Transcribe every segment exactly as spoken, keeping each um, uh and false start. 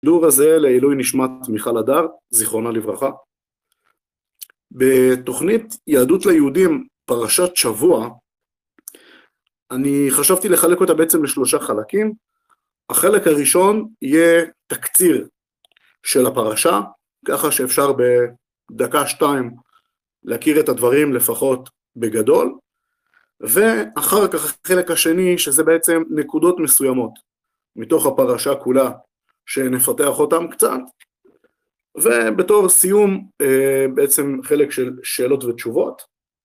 השידור הזה לעילוי נשמת מיכל הדר, זיכרונה לברכה. בתוכנית יהדות ליהודים, פרשת שבוע, אני חשבתי לחלק אותה בעצם לשלושה חלקים. החלק הראשון יהיה תקציר של הפרשה, ככה שאפשר בדקה שתיים להכיר את הדברים לפחות בגדול, ואחר כך החלק השני שזה בעצם נקודות מסוימות מתוך הפרשה כולה שנפתח אותם קצת, ובתור סיום בעצם חלק של שאלות ותשובות.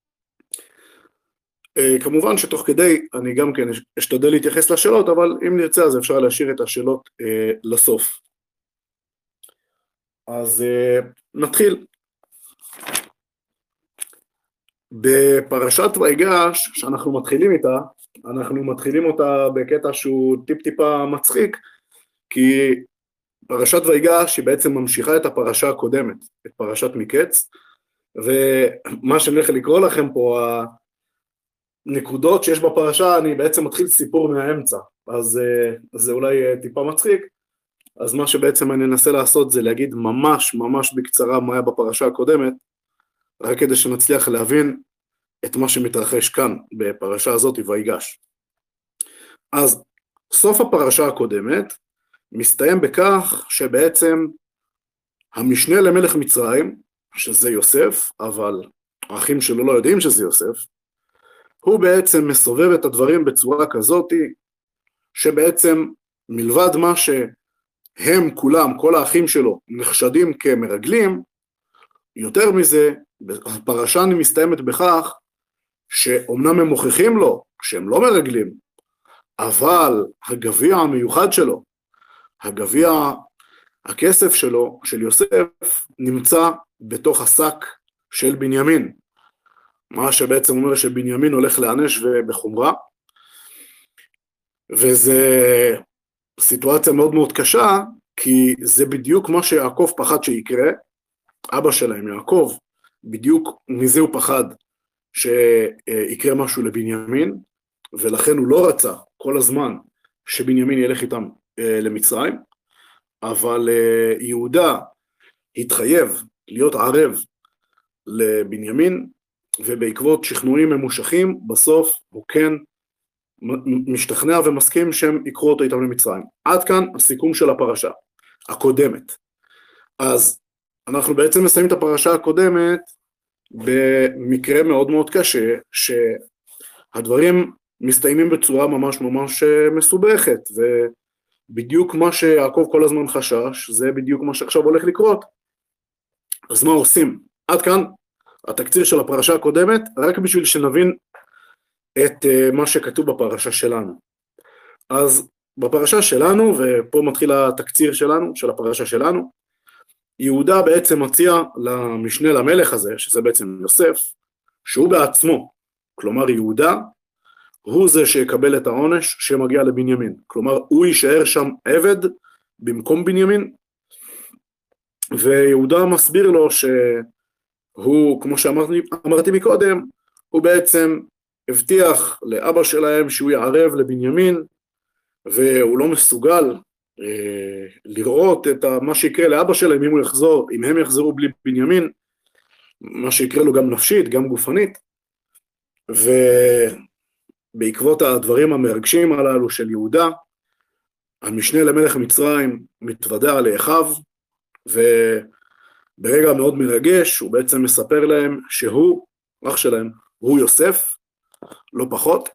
כמובן שתוך כדי אני גם כן אשתדל להתייחס לשאלות, אבל אם נרצה אז אפשר להשאיר את השאלות לסוף. אז נתחיל. בפרשת ויגש, שאנחנו מתחילים איתה, אנחנו מתחילים אותה בקטע שהוא טיפ טיפה מצחיק, כי פרשת ויגש היא בעצם ממשיכה את הפרשה הקודמת, את פרשת מקץ, ומה שאני הולך לקרוא לכם פה, הנקודות שיש בפרשה, אני בעצם מתחיל סיפור מהאמצע, אז זה אולי טיפה מצחיק, אז מה שבעצם אני אנסה לעשות זה להגיד ממש ממש בקצרה מה היה בפרשה הקודמת, רק כדי שנצליח להבין את מה שמתרחש כאן בפרשה הזאת ויגש. אז סוף הפרשה הקודמת מסתיים בכך שבעצם המשנה למלך מצרים, שזה יוסף, אבל האחים שלו לא יודעים שזה יוסף, הוא בעצם מסובב את הדברים בצורה כזאת, שבעצם מלבד מה שהם כולם, כל האחים שלו, נחשדים כמרגלים, יותר מזה, הפרשה מסתיימת בכך, שאומנם הם מוכיחים לו, שהם לא מרגלים, אבל הגביע המיוחד שלו, הגביע, הכסף שלו, של יוסף, נמצא בתוך השק של בנימין, מה שבעצם אומר שבנימין הולך לענש ובחומרה, וזה סיטואציה מאוד מאוד קשה, כי זה בדיוק מה שיעקב פחד שיקרה, אבא שלהם יעקב, בדיוק מזה הוא פחד שיקרה משהו לבנימין, ולכן הוא לא רצה כל הזמן שבנימין ילך איתם למצרים, אבל יהודה התחייב להיות ערב לבנימין, ובעקבות שכנועים ממושכים, בסוף הוא כן משתכנע ומסכים שהם יקחו אותו איתם למצרים. עד כאן הסיכום של הפרשה הקודמת. אז אנחנו בעצם מסיימים את הפרשה הקודמת במקרה מאוד מאוד קשה, שהדברים מסתיימים בצורה ממש ממש מסובכת, ובדיוק מה שיעקב כל הזמן חשש, זה בדיוק מה שעכשיו הולך לקרות. אז מה עושים? עד כאן התקציר של הפרשה הקודמת, רק בשביל שנבין את מה שכתוב בפרשה שלנו. אז בפרשה שלנו, ופה מתחיל התקציר שלנו, של הפרשה שלנו, יהודה בעצם מציע למשנה למלך הזה, שזה בעצם יוסף, שהוא בעצמו, כלומר יהודה, הוא זה שיקבל את העונש שמגיע לבנימין, כלומר הוא יישאר שם עבד במקום בנימין, ויהודה מסביר לו שהוא, כמו שאמרתי מקודם, הוא בעצם הבטיח לאבא שלהם שהוא יערב לבנימין, והוא לא מסוגל אה, לראות את מה שיקרה לאבא שלהם אם הוא יחזור, אם הם יחזרו בלי בנימין, מה שיקרה לו גם נפשית, גם גופנית, ובעקבות הדברים המרגשים הללו של יהודה, המשנה למלך מצרים מתוודע לאחיו, וברגע מאוד מרגש הוא בעצם מספר להם שהוא, אח שלהם, הוא יוסף, לא פחות,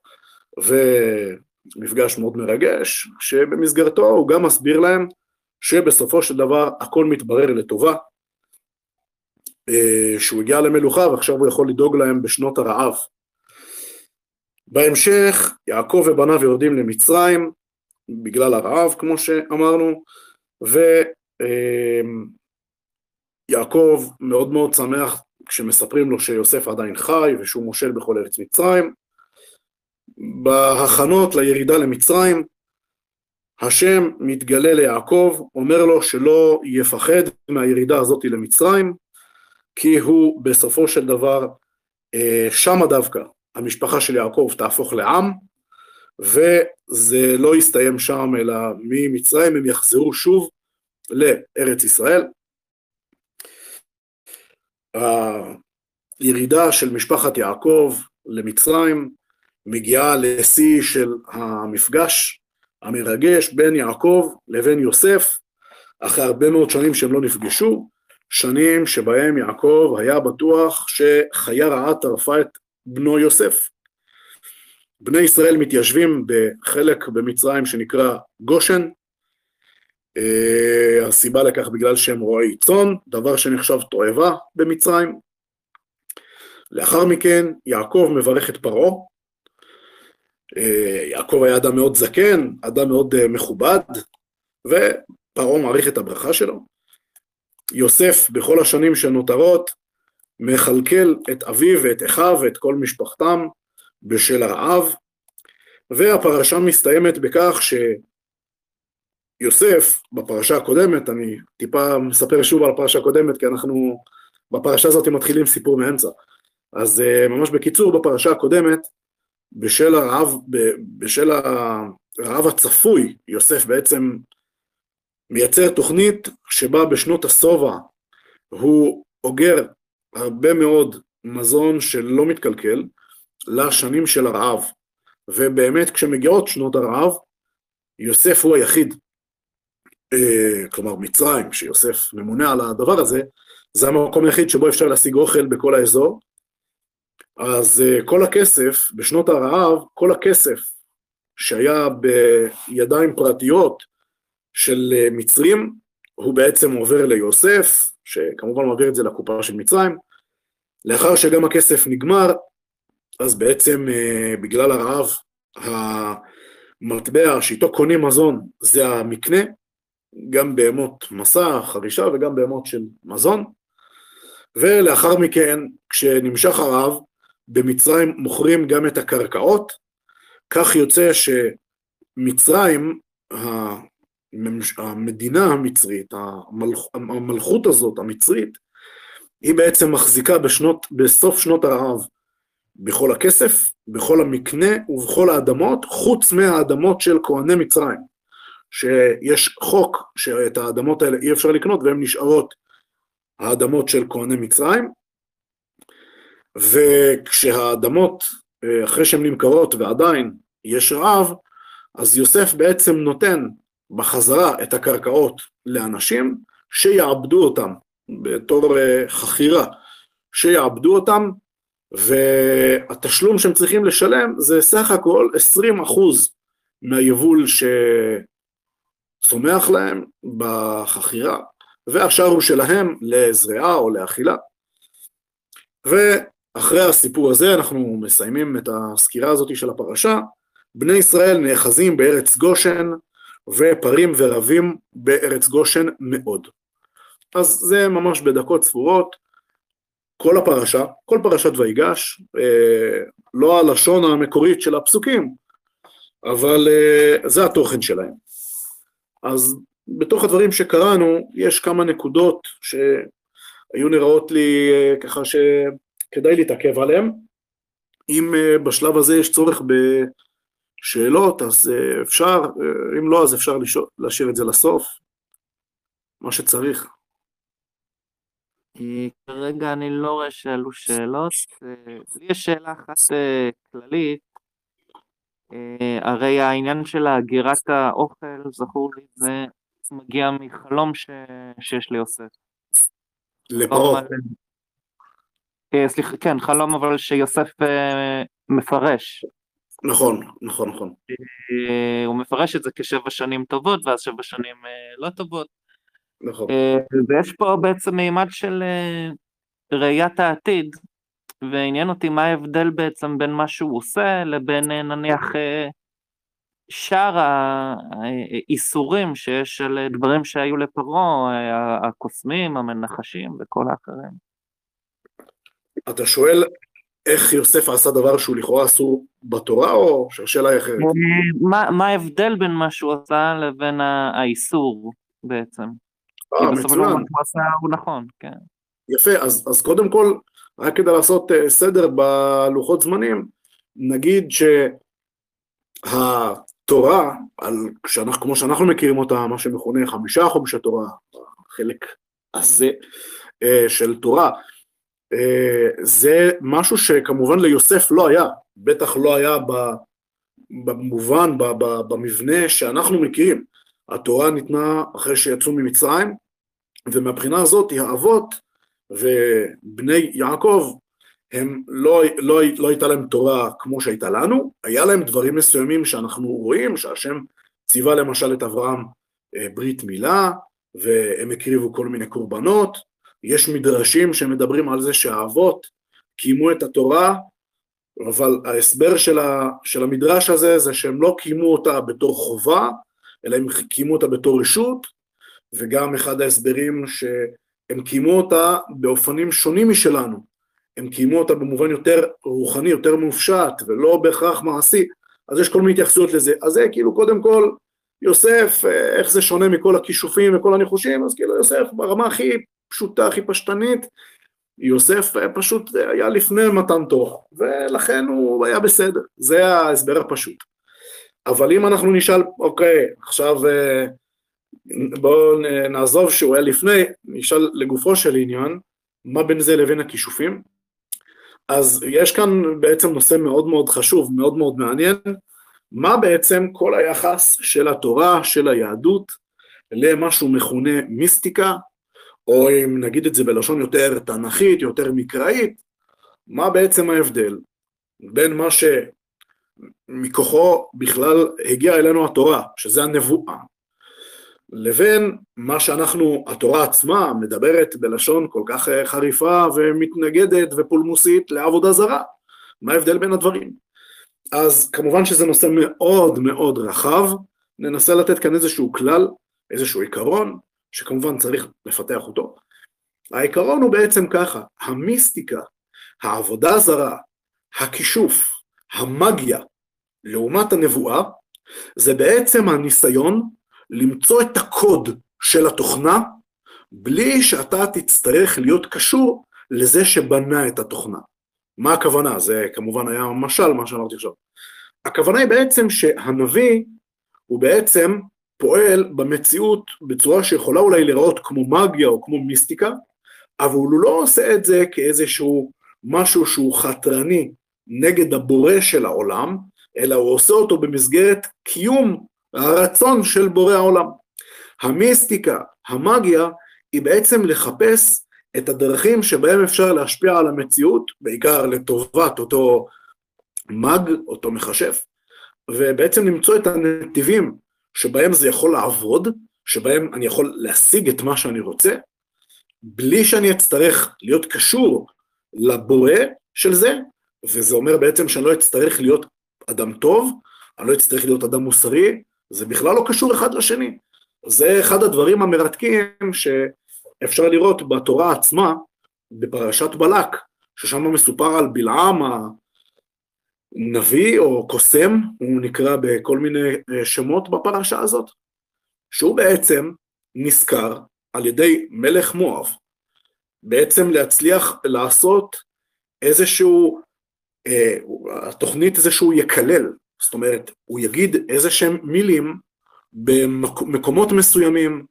ומפגש מאוד מרגש, שבמסגרתו הוא גם מסביר להם שבסופו של דבר הכל מתברר לטובה, שהוא הגיע למלוכה ועכשיו הוא יכול לדאוג להם בשנות הרעב. בהמשך יעקב ובניו יורדים למצרים בגלל הרעב כמו שאמרנו, ויעקב מאוד מאוד שמח כשמספרים לו שיוסף עדיין חי ושהוא מושל בכל ארץ מצרים. בהכנות לירידה למצרים, השם מתגלה ליעקב, אומר לו שלא יפחד מהירידה הזאת למצרים, כי הוא בסופו של דבר, שמה דווקא, המשפחה של יעקב תהפוך לעם, וזה לא יסתיים שם, אלא ממצרים הם יחזרו שוב לארץ ישראל. הירידה של משפחת יעקב למצרים מגיעה לשיא של המפגש המרגש בין יעקב לבין יוסף, אחרי הרבה מאוד שנים שהם לא נפגשו, שנים שבהם יעקב היה בטוח שחיה רעה טרפה את בנו יוסף. בני ישראל מתיישבים בחלק במצרים שנקרא גושן, הסיבה לכך בגלל שהם רועי צאן, דבר שנחשב תועבה במצרים. לאחר מכן יעקב מברך את פרעה, יעקב היה אדם מאוד זקן, אדם מאוד מכובד, ופרעה מעריך את הברכה שלו. יוסף בכל השנים שנותרות מחלקל את אביו ואת אחיו ואת כל משפחתם בשל הרעב, והפרשה מסתיימת בכך שיוסף בפרשה הקודמת, אני טיפה מספר שוב על הפרשה הקודמת כי אנחנו בפרשה הזאת מתחילים סיפור מאמצע, אז ממש בקיצור בפרשה הקודמת, בשל הרעב, בשל הרעב הצפוי, יוסף בעצם מייצר תוכנית שבה בשנות השובע הוא אוגר הרבה מאוד מזון שלא מתקלקל לשנים של הרעב, ובאמת כשמגיעות שנות הרעב, יוסף הוא היחיד, כלומר מצרים, שיוסף ממונה על הדבר הזה, זה המקום היחיד שבו אפשר להשיג אוכל בכל האזור, אז כל הכסף, בשנות הרעב, כל הכסף שהיה בידיים פרטיות של מצרים, הוא בעצם עובר ליוסף, שכמובן מעביר את זה לקופה של מצרים, לאחר שגם הכסף נגמר, אז בעצם בגלל הרעב, המטבע שאיתו קונים מזון זה המקנה, גם בהמות מסע, חרישה וגם בהמות של מזון, ולאחר מכן כשנמשך הרעב, במצרים מוכרים גם את הקרקעות, כך יוצא שמצרים, המדינה המצרית, המלכות הזאת המצרית, היא בעצם מחזיקה בשנות, בסוף שנות הרעב, בכל הכסף, בכל המקנה ובכל האדמות, חוץ מהאדמות של כהני מצרים, שיש חוק שאת האדמות האלה אי אפשר לקנות, והן נשארות האדמות של כהני מצרים, וכשהאדמות, אחרי שהן נמכרות ועדיין יש רעב, אז יוסף בעצם נותן בחזרה את הקרקעות לאנשים שיעבדו אותם, בתור חכירה, שיעבדו אותם, והתשלום שהם צריכים לשלם זה סך הכל עשרים אחוז מהיבול שצומח להם בחכירה, והשאר הוא שלהם לזריעה או לאכילה. ואחרי הסיפור הזה אנחנו מסיימים את הסקירה הזאת של הפרשה. בני ישראל נאחזים בארץ גושן, ופרים ורבים בארץ גושן מאוד. אז זה ממש בדקות ספורות, כל הפרשה, כל פרשת ויגש, אה, לא הלשון המקורית של הפסוקים, אבל אה, זה התוכן שלהם. אז בתוך הדברים שקראנו, יש כמה נקודות שהיו נראות לי אה, ככה שכדאי להתעכב עליהם. אם אה, בשלב הזה יש צורך בשאלות, אז אה, אפשר, אה, אם לא, אז אפשר לשאול, להשאיר את זה לסוף, מה שצריך. כרגע אני לא רואה שאלו שאלות. לי יש שאלה אחת כללית, הרי העניין של הגירת האוכל, זכור לי, זה מגיע מחלום ש... שיש ליוסף. לפרעה. סליחה, כן, חלום אבל שיוסף מפרש. נכון, נכון, נכון. הוא מפרש את זה כשבע שנים טובות, ואז שבע שנים לא טובות. נכון. ויש פה בעצם מימד של ראיית העתיד, ועניין אותי מה ההבדל בעצם בין מה שהוא עושה, לבין נניח שאר האיסורים שיש על דברים שהיו לפרעה, הקוסמים, המנחשים וכל האחרים. אתה שואל איך יוסף עשה דבר שהוא לכאורה אסור בתורה, או שהשאלה היא אחרת? מה, מה ההבדל בין מה שהוא עשה לבין האיסור בעצם? אה, מצוין. הוא נכון, כן. יפה, אז, אז קודם כל, רק כדי לעשות uh, סדר בלוחות זמנים, נגיד תורה, על, שאנחנו, כמו שאנחנו מכירים אותה, מה שמכונה חמישה חומשי תורה, החלק הזה של תורה, זה משהו שכמובן ליוסף לא היה, בטח לא היה במובן, במבנה שאנחנו מכירים. התורה ניתנה אחרי שיצאו ממצרים, ומהבחינה הזאת האבות ובני יעקב, הם לא, לא, לא הייתה להם תורה כמו שהייתה לנו, היה להם דברים מסוימים שאנחנו רואים, שהשם ציווה למשל את אברהם ברית מילה, והם הקריבו כל מיני קורבנות, יש מדרשים שמדברים על זה שהאבות קיימו את התורה, אבל ההסבר של, ה, של המדרש הזה, זה שהם לא קיימו אותה בתור חובה, אלא הם קיימו אותה בתור רשות, וגם אחד ההסברים שהם קיימו אותה באופנים שונים משלנו, הם קיימו אותה במובן יותר רוחני, יותר מופשט, ולא בהכרח מעשי, אז יש כל מיני התייחסויות לזה, אז זה כאילו קודם כל, יוסף, איך זה שונה מכל הכישופים וכל הניחושים, אז כאילו יוסף ברמה הכי פשוטה, הכי פשטנית, יוסף פשוט היה לפני מתן תורה, ולכן הוא היה בסדר, זה ההסבר הפשוט. אבל אם אנחנו נשאל, אוקיי, עכשיו בואו נעזוב שהוא היה לפני, נשאל לגופו של עניין, מה בין זה לבין הכישופים? אז יש כאן בעצם נושא מאוד מאוד חשוב, מאוד מאוד מעניין, מה בעצם כל היחס של התורה, של היהדות, למשהו מכונה מיסטיקה, או אם נגיד את זה בלשון יותר תנכית, יותר מקראית, מה בעצם ההבדל בין מה שמכוחו בכלל הגיע אלינו התורה, שזה הנבואה, לבין מה שאנחנו, התורה עצמה מדברת בלשון כל כך חריפה ומתנגדת ופולמוסית לעבודה זרה. מה ההבדל בין הדברים? אז כמובן שזה נושא מאוד מאוד רחב, ננסה לתת כאן איזשהו כלל, איזשהו עיקרון, שכמובן צריך לפתח אותו. העיקרון הוא בעצם ככה, המיסטיקה, העבודה זרה, הכישוף, המגיה, לעומת הנבואה, זה בעצם הניסיון למצוא את הקוד של התוכנה, בלי שאתה תצטרך להיות קשור לזה שבנה את התוכנה. מה הכוונה? זה כמובן היה משל מה שאמרתי עכשיו. הכוונה היא בעצם שהנביא הוא בעצם פועל במציאות בצורה שיכולה אולי לראות כמו מגיה או כמו מיסטיקה, אבל הוא לא עושה את זה כאיזשהו משהו שהוא חתרני נגד הבורא של העולם, אלא הוא עושה אותו במסגרת קיום הרצון של בורא העולם. המיסטיקה, המגיה, היא בעצם לחפש את הדרכים שבהם אפשר להשפיע על המציאות, בעיקר לטובת אותו מג, אותו מחשף, ובעצם למצוא את הנתיבים שבהם זה יכול לעבוד, שבהם אני יכול להשיג את מה שאני רוצה, בלי שאני אצטרך להיות קשור לבורא של זה, וזה אומר בעצם שאני לא אצטרך להיות אדם טוב, אני לא אצטרך להיות אדם מוסרי, זה בכלל לא קשור אחד לשני. זה אחד הדברים המרתקים שאפשר לראות בתורה עצמה, בפרשת בלק, ששם מסופר על בלעם הנביא או קוסם, הוא נקרא בכל מיני שמות בפרשה הזאת, שהוא בעצם נזכר על ידי מלך מואב, בעצם להצליח לעשות איזשהו, אה, התוכנית איזשהו יקלל, זאת אומרת, הוא יגיד איזה שהם מילים במקומות מסוימים,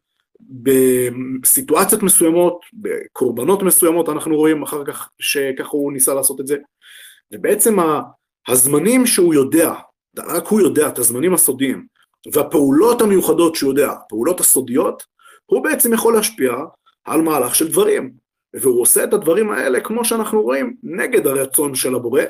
בסיטואציות מסוימות, בקורבנות מסוימות, אנחנו רואים אחר כך שככה הוא ניסה לעשות את זה, ובעצם הזמנים שהוא יודע, רק הוא יודע את הזמנים הסודיים, והפעולות המיוחדות שהוא יודע, הפעולות הסודיות, הוא בעצם יכול להשפיע על מהלך של דברים, והוא עושה את הדברים האלה כמו שאנחנו רואים, נגד הרצון של הבורא,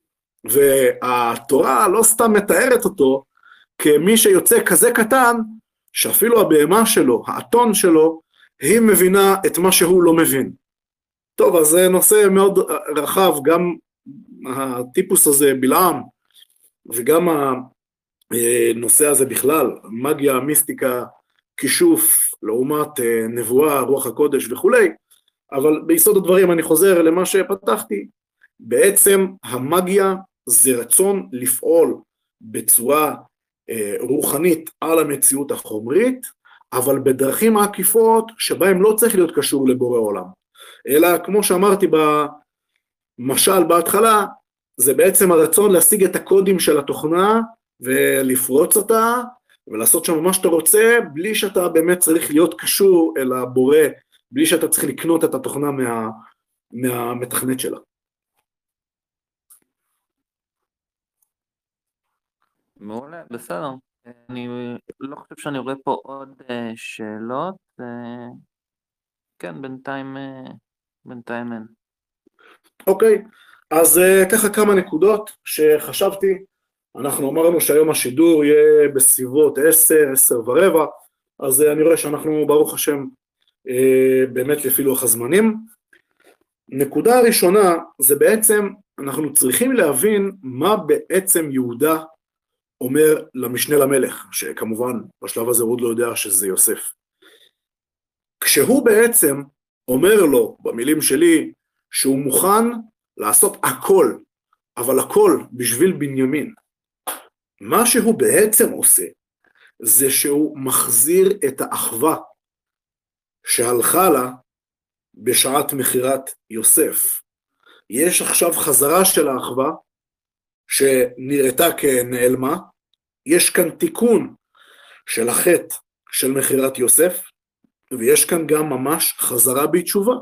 והתורה לא סתם מתארת אותו, כמי שיוצא כזה קטן, שאפילו הבהמה שלו, האתון שלו, היא מבינה את מה שהוא לא מבין. טוב, אז זה נושא מאוד רחב, גם הטיפוס הזה בלעם, וגם הנושא הזה בכלל, מגיה, מיסטיקה, כישוף, לעומת נבואה, רוח הקודש וכו'. אבל ביסוד הדברים אני חוזר למה שפתחתי, בעצם המגיה זה רצון לפעול בצורה רוחנית על המציאות החומרית, אבל בדרכים עקיפות שבהם לא צריך להיות קשור לבורא עולם. אלא כמו שאמרתי במשל בהתחלה, זה בעצם הרצון להשיג את הקודים של התוכנה, ולפרוץ אותה, ולעשות שם מה שאתה רוצה, בלי שאתה באמת צריך להיות קשור אל הבורא, בלי שאתה צריך לקנות את התוכנה מה, מהמתכנת שלה. מעולה, בסדר. אני לא חושב שאני רואה פה עוד שאלות. כן, בינתיים, בינתיים אין. אוקיי, אז ככה כמה נקודות שחשבתי. אנחנו אמרנו שהיום השידור יהיה בסביבות עשר, עשר ורבע, אז אני רואה שאנחנו ברוך השם באמת לפי לוח הזמנים. נקודה הראשונה זה בעצם, אנחנו צריכים להבין מה בעצם יהודה אומר למשנה למלך, שכמובן בשלב הזה הוא עוד לא יודע שזה יוסף. כשהוא בעצם אומר לו, במילים שלי, שהוא מוכן לעשות הכל, אבל הכל בשביל בנימין, מה שהוא בעצם עושה, זה שהוא מחזיר את האחווה שהלכה לה בשעת מחירת יוסף. יש עכשיו חזרה של האחווה, שנראתה כנעלמה, יש כאן תיקון של החטא של מחירת יוסף, ויש כאן גם ממש חזרה בתשובה.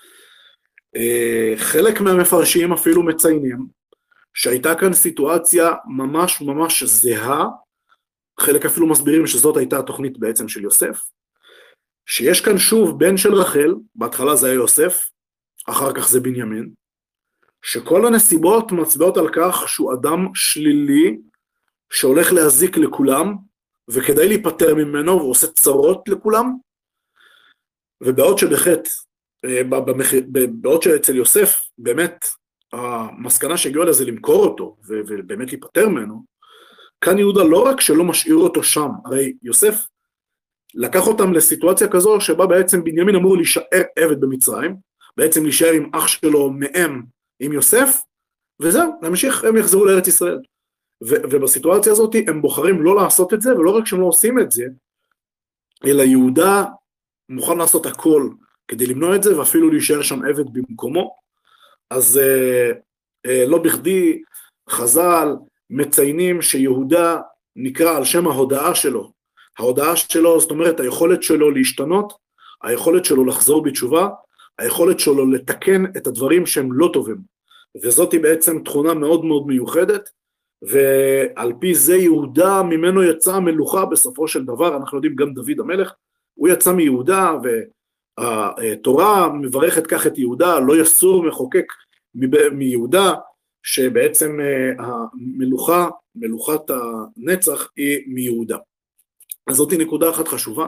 חלק מהמפרשים אפילו מציינים, שהייתה כאן סיטואציה ממש ממש זהה, חלק אפילו מסבירים שזאת הייתה התוכנית בעצם של יוסף, שיש כאן שוב בן של רחל, בהתחלה זה היה יוסף, אחר כך זה בנימין, שכל הנסיבות מצביעות על כך שהוא אדם שלילי, שהולך להזיק לכולם, וכדאי להיפטר ממנו, והוא עושה צרות לכולם, ובעוד שבחטא, בעוד שאצל יוסף, באמת, המסקנה שהגיעו אליה זה למכור אותו, ובאמת להיפטר ממנו, כאן יהודה לא רק שלא משאיר אותו שם, הרי יוסף לקח אותם לסיטואציה כזו, שבה בעצם בנימין אמור להישאר עבד במצרים, בעצם להישאר עם אח שלו מאם, עם יוסף, וזהו, להמשיך, הם יחזרו לארץ ישראל. ו- ובסיטואציה הזאת הם בוחרים לא לעשות את זה, ולא רק שהם לא עושים את זה, אלא יהודה מוכן לעשות הכל כדי למנוע את זה, ואפילו להישאר שם עבד במקומו. אז אה, אה, לא בכדי חז"ל מציינים שיהודה נקרא על שם ההודעה שלו. ההודעה שלו, זאת אומרת, היכולת שלו להשתנות, היכולת שלו לחזור בתשובה, היכולת שלו לתקן את הדברים שהם לא טובים. וזאת היא בעצם תכונה מאוד מאוד מיוחדת, ועל פי זה יהודה ממנו יצא המלוכה בסופו של דבר, אנחנו יודעים גם דוד המלך, הוא יצא מיהודה, והתורה מברכת כך את יהודה, לא יסור מחוקק מיהודה, שבעצם המלוכה, מלוכת הנצח היא מיהודה. אז זאת היא נקודה אחת חשובה,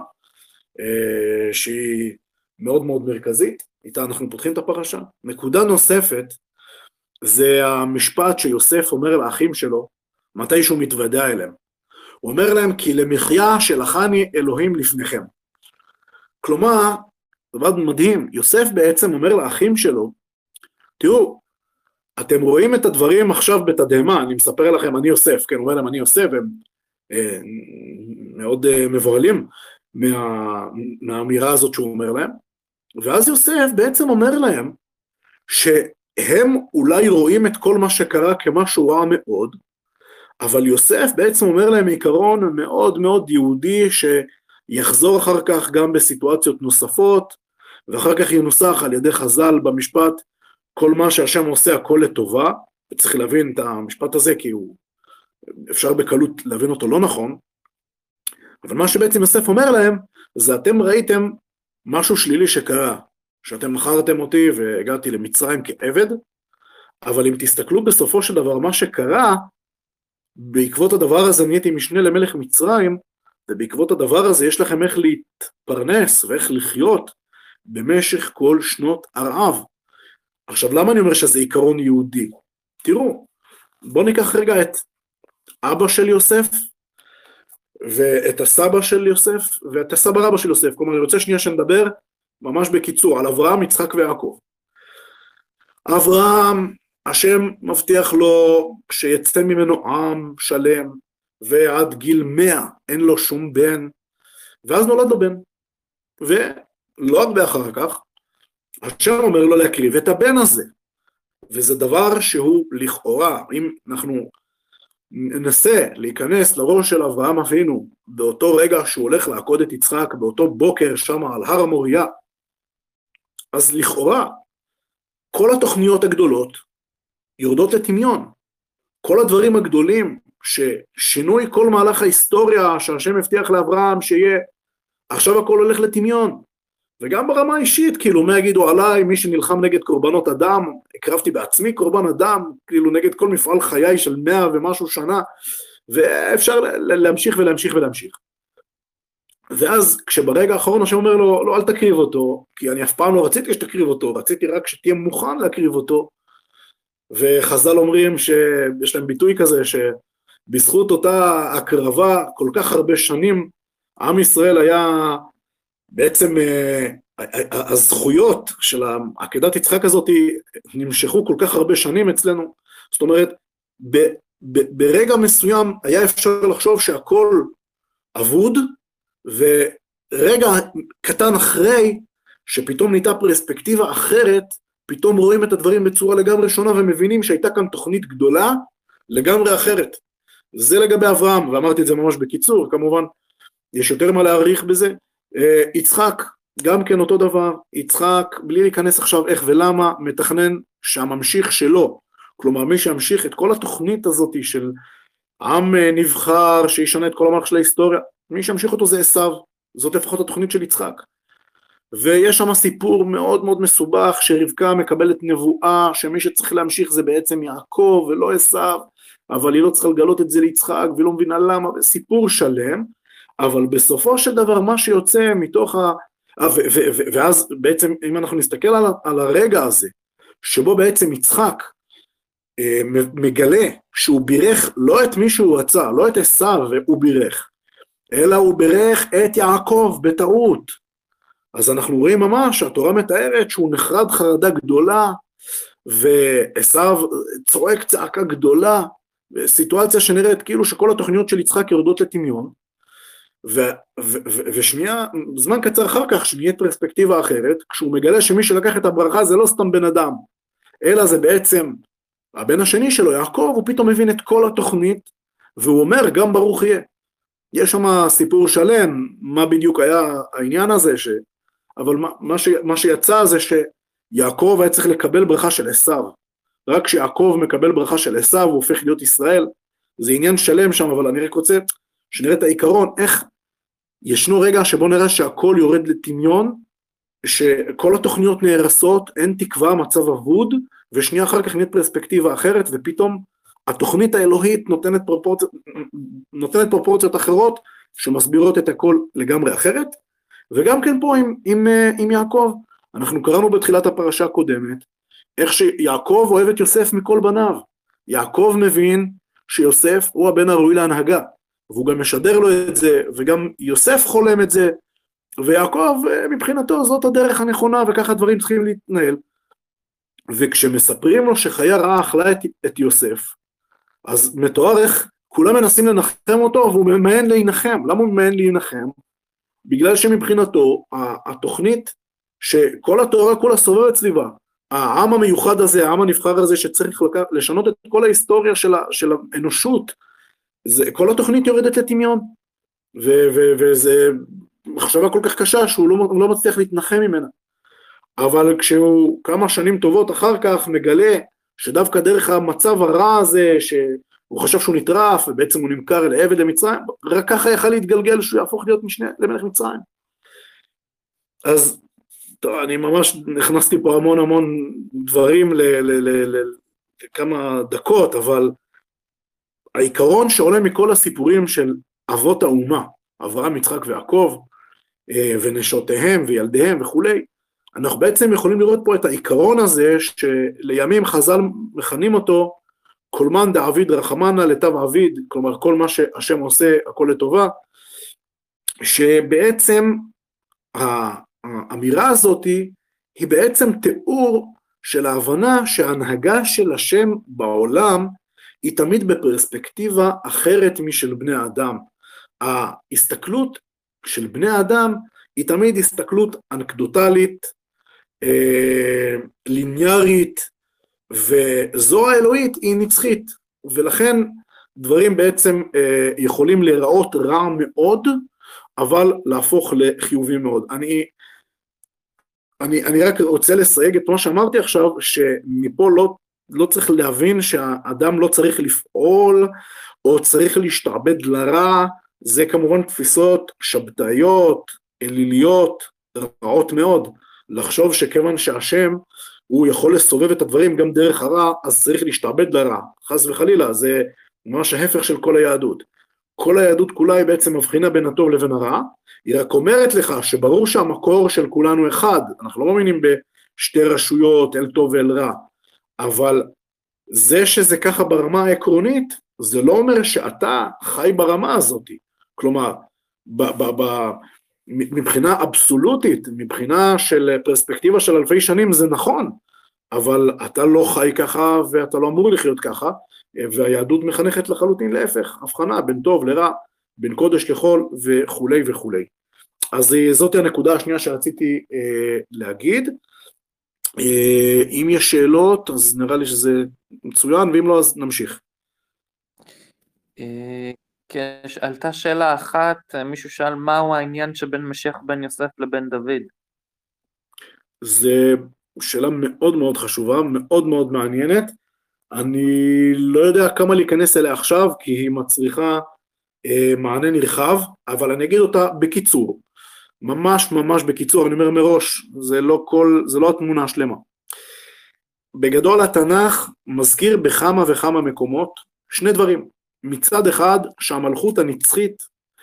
שהיא מאוד מאוד מרכזית, איתה אנחנו פותחים את הפרשה. נקודה נוספת, זה המשפט שיוסף אומר לאחים שלו, מתי שהוא מתוודע אליהם. הוא אומר להם, כי למחיה שלחני אלוהים לפניכם. כלומר, דבר מדהים, יוסף בעצם אומר לאחים שלו, תראו, אתם רואים את הדברים עכשיו בתדהמה, אני מספר לכם, אני יוסף, כן, הוא אומר להם, אני יוסף, הם אה, מאוד אה, מבוהלים מה, מהאמירה הזאת שהוא אומר להם, ואז יוסף בעצם אומר להם, שהם אולי רואים את כל מה שקרה כמשהו רע מאוד, אבל יוסף בעצם אומר להם עיקרון מאוד מאוד יהודי, שיחזור אחר כך גם בסיטואציות נוספות, ואחר כך ינוסח על ידי חז"ל במשפט, כל מה שהשם עושה הכל לטובה, וצריך להבין את המשפט הזה, כי הוא אפשר בקלות להבין אותו לא נכון, אבל מה שבעצם יוסף אומר להם, זה אתם ראיתם משהו שלילי שקרה, שאתם מכרתם אותי והגעתי למצרים כעבד, אבל אם תסתכלו בסופו של דבר מה שקרה, בעקבות הדבר הזה נהייתי משנה למלך מצרים, ובעקבות הדבר הזה יש לכם איך להתפרנס ואיך לחיות במשך כל שנות הרעב. עכשיו למה אני אומר שזה עיקרון יהודי? תראו, בואו ניקח רגע את אבא של יוסף, ואת הסבא של יוסף, ואת הסבא רבא של יוסף, כלומר אני רוצה שנייה שנדבר ממש בקיצור, על אברהם, יצחק ויעקב. אברהם, השם מבטיח לו שיצא ממנו עם שלם, ועד גיל מאה אין לו שום בן, ואז נולד לו בן. ולא הרבה אחר כך, השם אומר לו להקריב את הבן הזה, וזה דבר שהוא לכאורה, אם אנחנו ננסה להיכנס לראש של אברהם אבינו, באותו רגע שהוא הולך לעקוד את יצחק, באותו בוקר שם על הר המוריה, אז לכאורה, כל התוכניות הגדולות יורדות לטמיון. כל הדברים הגדולים, ששינוי כל מהלך ההיסטוריה שהשם הבטיח לאברהם שיהיה, עכשיו הכל הולך לטמיון. וגם ברמה האישית, כאילו, מה יגידו עליי, מי שנלחם נגד קורבנות אדם, הקרבתי בעצמי קורבן אדם, כאילו, נגד כל מפעל חיי של מאה ומשהו שנה, ואפשר להמשיך ולהמשיך ולהמשיך. ואז, כשברגע האחרון השם אומר לו, לא, אל תקריב אותו, כי אני אף פעם לא רציתי שתקריב אותו, רציתי רק שתהיה מוכן להקריב אותו, וחז"ל אומרים שיש להם ביטוי כזה, שבזכות אותה הקרבה, כל כך הרבה שנים, עם ישראל היה בעצם, הזכויות של עקדת יצחק הזאת נמשכו כל כך הרבה שנים אצלנו, זאת אומרת, ב, ב, ברגע מסוים היה אפשר לחשוב שהכל אבוד, ורגע קטן אחרי, שפתאום ניתה פרספקטיבה אחרת, פתאום רואים את הדברים בצורה לגמרי שונה, ומבינים שהייתה כאן תוכנית גדולה, לגמרי אחרת. זה לגבי אברהם, ואמרתי את זה ממש בקיצור, כמובן, יש יותר מה להעריך בזה. יצחק, גם כן אותו דבר, יצחק, בלי להיכנס עכשיו איך ולמה, מתכנן שהממשיך שלו, כלומר מי שהמשיך את כל התוכנית הזאת של עם נבחר, שישנה את כל המערך של ההיסטוריה, מי שהמשיך אותו זה עשיו, זאת לפחות התוכנית של יצחק. ויש שם סיפור מאוד מאוד מסובך, שרבקה מקבלת נבואה, שמי שצריך להמשיך זה בעצם יעקב ולא עשיו, אבל היא לא צריכה לגלות את זה ליצחק, והיא לא מבינה למה, סיפור שלם, אבל בסופו של דבר מה שיוצא מתוך ה... ואז בעצם אם אנחנו נסתכל על, על הרגע הזה, שבו בעצם יצחק מגלה שהוא בירך לא את מי שהוא רצה, לא את עשיו הוא בירך, אלא הוא בירך את יעקב בטעות. אז אנחנו רואים ממש, התורה מתארת שהוא נחרד חרדה גדולה, ועשיו צועק צעקה גדולה, סיטואציה שנראית כאילו שכל התוכניות של יצחק יורדות לטמיון, ו- ו- ו- ושנייה, זמן קצר אחר כך, שנהיית פרספקטיבה אחרת, כשהוא מגלה שמי שלקח את הברכה זה לא סתם בן אדם, אלא זה בעצם הבן השני שלו, יעקב, הוא פתאום מבין את כל התוכנית, והוא אומר, גם ברוך יהיה. יש שם סיפור שלם, מה בדיוק היה העניין הזה, ש... אבל מה, מה, ש... מה שיצא זה שיעקב היה צריך לקבל ברכה של עשיו, רק כשיעקב מקבל ברכה של עשיו, הוא הופך להיות ישראל, זה עניין שלם שם, אבל אני רק רוצה שנראה את העיקרון, איך ישנו רגע שבו נראה שהכל יורד לטמיון, שכל התוכניות נהרסות, אין תקווה, מצב אבוד, ושנייה אחר כך נהיית פרספקטיבה אחרת, ופתאום התוכנית האלוהית נותנת פרופורציות, נותנת פרופורציות אחרות, שמסבירות את הכל לגמרי אחרת, וגם כן פה עם, עם, עם יעקב, אנחנו קראנו בתחילת הפרשה הקודמת, איך שיעקב אוהב את יוסף מכל בניו, יעקב מבין שיוסף הוא הבן הראוי להנהגה, והוא גם משדר לו את זה, וגם יוסף חולם את זה, ויעקב מבחינתו זאת הדרך הנכונה, וככה דברים צריכים להתנהל, וכשמספרים לו שחיה רעה אכלה את, את יוסף, אז מתואר איך כולם מנסים לנחם אותו, והוא ממהן להינחם. למה הוא ממהן להינחם? בגלל שמבחינתו, התוכנית שכל התורה כולה סובבת סביבה, העם המיוחד הזה, העם הנבחר הזה שצריך לשנות את כל ההיסטוריה של, של האנושות, זה, כל התוכנית יורדת לטמיון, ו- ו- וזה מחשבה כל כך קשה שהוא לא, לא מצליח להתנחם ממנה. אבל כשהוא כמה שנים טובות אחר כך מגלה שדווקא דרך המצב הרע הזה, שהוא חשב שהוא נטרף ובעצם הוא נמכר אל עבד למצרים, רק ככה יכל להתגלגל שהוא יהפוך להיות משנה למלך מצרים. אז טוב, אני ממש נכנסתי פה המון המון דברים לכמה דקות, אבל העיקרון שעולה מכל הסיפורים של אבות האומה, אברהם, יצחק ויעקב, ונשותיהם וילדיהם וכולי, אנחנו בעצם יכולים לראות פה את העיקרון הזה, שלימים חז"ל מכנים אותו, כל מאן דעביד רחמנא לטב עביד, כלומר כל מה שהשם עושה הכל לטובה, שבעצם האמירה הזאת היא בעצם תיאור של ההבנה שההנהגה של השם בעולם, היא תמיד בפרספקטיבה אחרת משל בני האדם. ההסתכלות של בני האדם היא תמיד הסתכלות אנקדוטלית, אה, ליניארית, וזו האלוהית היא נצחית, ולכן דברים בעצם אה, יכולים להיראות רע מאוד, אבל להפוך לחיובי מאוד. אני, אני, אני רק רוצה לסייג את מה שאמרתי עכשיו, שמפה לא, לא צריך להבין שהאדם לא צריך לפעול, או צריך להשתעבד לרע, זה כמובן תפיסות שבתאיות, אליליות, רעות מאוד, לחשוב שכיוון שהשם הוא יכול לסובב את הדברים גם דרך הרע, אז צריך להשתעבד לרע, חס וחלילה, זה ממש ההפך של כל היהדות. כל היהדות כולה היא בעצם מבחינה בין הטוב לבין הרע, היא רק אומרת לך שברור שהמקור של כולנו אחד, אנחנו לא מאמינים בשתי רשויות, אל טוב ואל רע, אבל זה שזה ככה ברמה העקרונית, זה לא אומר שאתה חי ברמה הזאת, כלומר, ב- ב- ב- מבחינה אבסולוטית, מבחינה של פרספקטיבה של אלפי שנים זה נכון, אבל אתה לא חי ככה ואתה לא אמור לחיות ככה, והיהדות מחנכת לחלוטין להפך, הבחנה בין טוב לרע, בין קודש לחול וכולי וכולי. אז זאת הנקודה השנייה שרציתי אה, להגיד. אה, אם יש שאלות, אז נראה לי שזה מצוין, ואם לא, אז נמשיך. אה, כן, עלתה שאלה אחת, מישהו שאל מהו העניין שבין משיח בן יוסף לבן דוד? זו שאלה מאוד מאוד חשובה, מאוד מאוד מעניינת, אני לא יודע כמה להיכנס אליה עכשיו, כי היא מצריכה אה, מענה נרחב, אבל אני אגיד אותה בקיצור, ממש ממש בקיצור, אני אומר מראש, זה לא, כל, זה לא התמונה השלמה. בגדול התנ"ך מזכיר בכמה וכמה מקומות שני דברים, מצד אחד שהמלכות הנצחית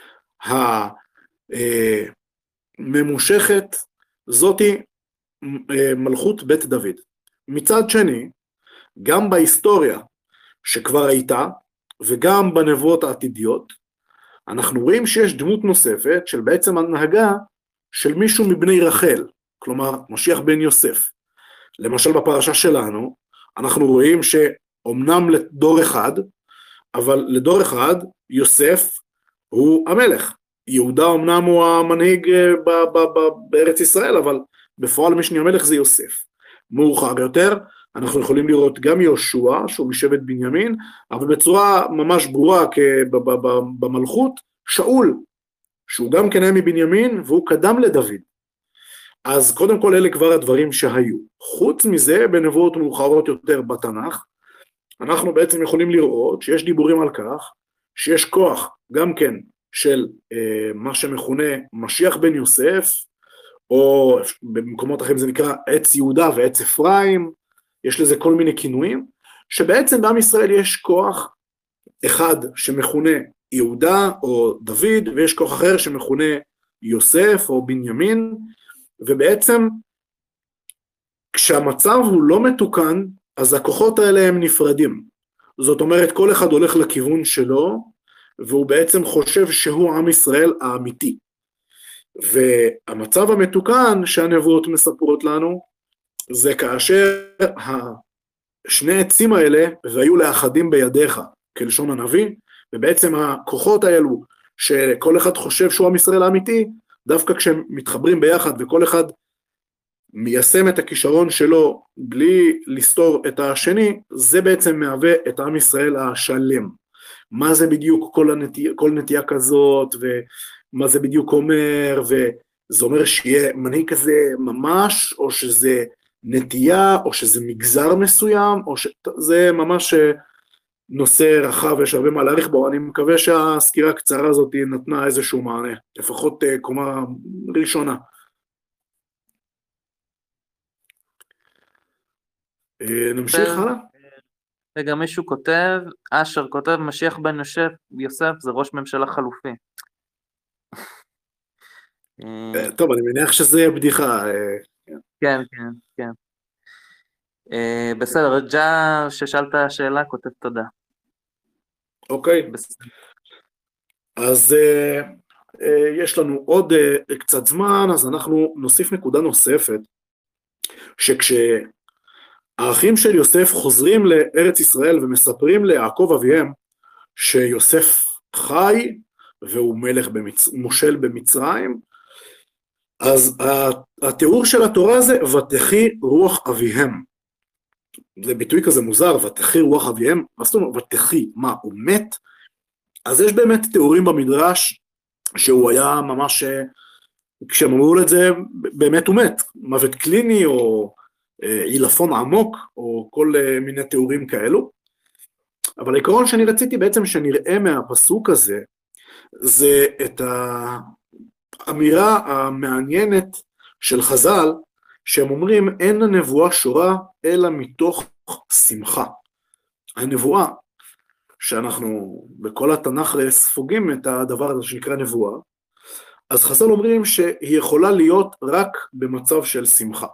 הממושכת זאתי מלכות בית דוד. מצד שני, גם בהיסטוריה שכבר הייתה וגם בנבואות העתידיות, אנחנו רואים שיש דמות נוספת של בעצם הנהגה של מישהו מבני רחל, כלומר משיח בן יוסף. למשל בפרשה שלנו, אנחנו רואים שאומנם לדור אחד, אבל לדור אחד יוסף הוא המלך. יהודה אמנם הוא המנהיג ב- ב- ב- בארץ ישראל, אבל בפועל מי שנהיה המלך זה יוסף. מאוחר יותר אנחנו יכולים לראות גם יהושע שהוא משבט בנימין, אבל בצורה ממש ברורה ב- ב- ב- במלכות שאול, שהוא גם כן היה מבנימין והוא קדם לדוד. אז קודם כל אלה כבר הדברים שהיו. חוץ מזה בנבואות מאוחרות יותר בתנ"ך, אנחנו בעצם יכולים לראות שיש דיבורים על כך, שיש כוח גם כן של אה, מה שמכונה משיח בן יוסף, או במקומות אחרים זה נקרא עץ יהודה ועץ אפרים, יש לזה כל מיני כינויים, שבעצם בעם ישראל יש כוח אחד שמכונה יהודה או דוד, ויש כוח אחר שמכונה יוסף או בנימין, ובעצם כשהמצב הוא לא מתוקן, אז הכוחות האלה הם נפרדים. זאת אומרת, כל אחד הולך לכיוון שלו, והוא בעצם חושב שהוא עם ישראל האמיתי. והמצב המתוקן שהנבואות מספרות לנו, זה כאשר שני עצים האלה, והיו לאחדים בידיך, כלשון הנביא, ובעצם הכוחות האלו, שכל אחד חושב שהוא עם ישראל האמיתי, דווקא כשהם מתחברים ביחד, וכל אחד מיישם את הכישרון שלו בלי לסתור את השני, זה בעצם מהווה את עם ישראל השלם. מה זה בדיוק כל, הנטי, כל נטייה כזאת, ומה זה בדיוק אומר, וזה אומר שיהיה מנהיג כזה ממש, או שזה נטייה, או שזה מגזר מסוים, או שזה ממש נושא רחב, יש הרבה מה להאריך בו, אני מקווה שהסקירה הקצרה הזאת נתנה איזשהו מענה, לפחות קומה ראשונה. נמשיך הלאה? וגם מישהו כותב, אשר כותב, משיח בן יוסף זה ראש ממשלה חלופי. טוב, אני מניח שזה יהיה בדיחה. כן, כן, כן. בסדר, ג'ה ששאלת שאלה, כותב תודה. אוקיי. אז יש לנו עוד קצת זמן, אז אנחנו נוסיף נקודה נוספת, שכש... האחים של יוסף חוזרים לארץ ישראל ומספרים ליעקב אביהם שיוסף חי והוא מלך במצ... מושל במצרים, אז התיאור של התורה זה ותחי רוח אביהם. זה ביטוי כזה מוזר, ותחי רוח אביהם, מה זאת אומרת, ותחי, מה, הוא מת? אז יש באמת תיאורים במדרש, שהוא היה ממש, כשהם אמרו את זה, באמת הוא מת, מוות קליני, או עילפון עמוק, או כל מיני תיאורים כאלו. אבל העיקרון שאני רציתי בעצם שנראה מהפסוק הזה, זה את האמירה המעניינת של חז"ל, שהם אומרים, אין הנבואה שורה, אלא מתוך שמחה. הנבואה, שאנחנו בכל התנ"ך ספוגים את הדבר הזה שנקרא נבואה, אז חז"ל אומרים שהיא יכולה להיות רק במצב של שמחה.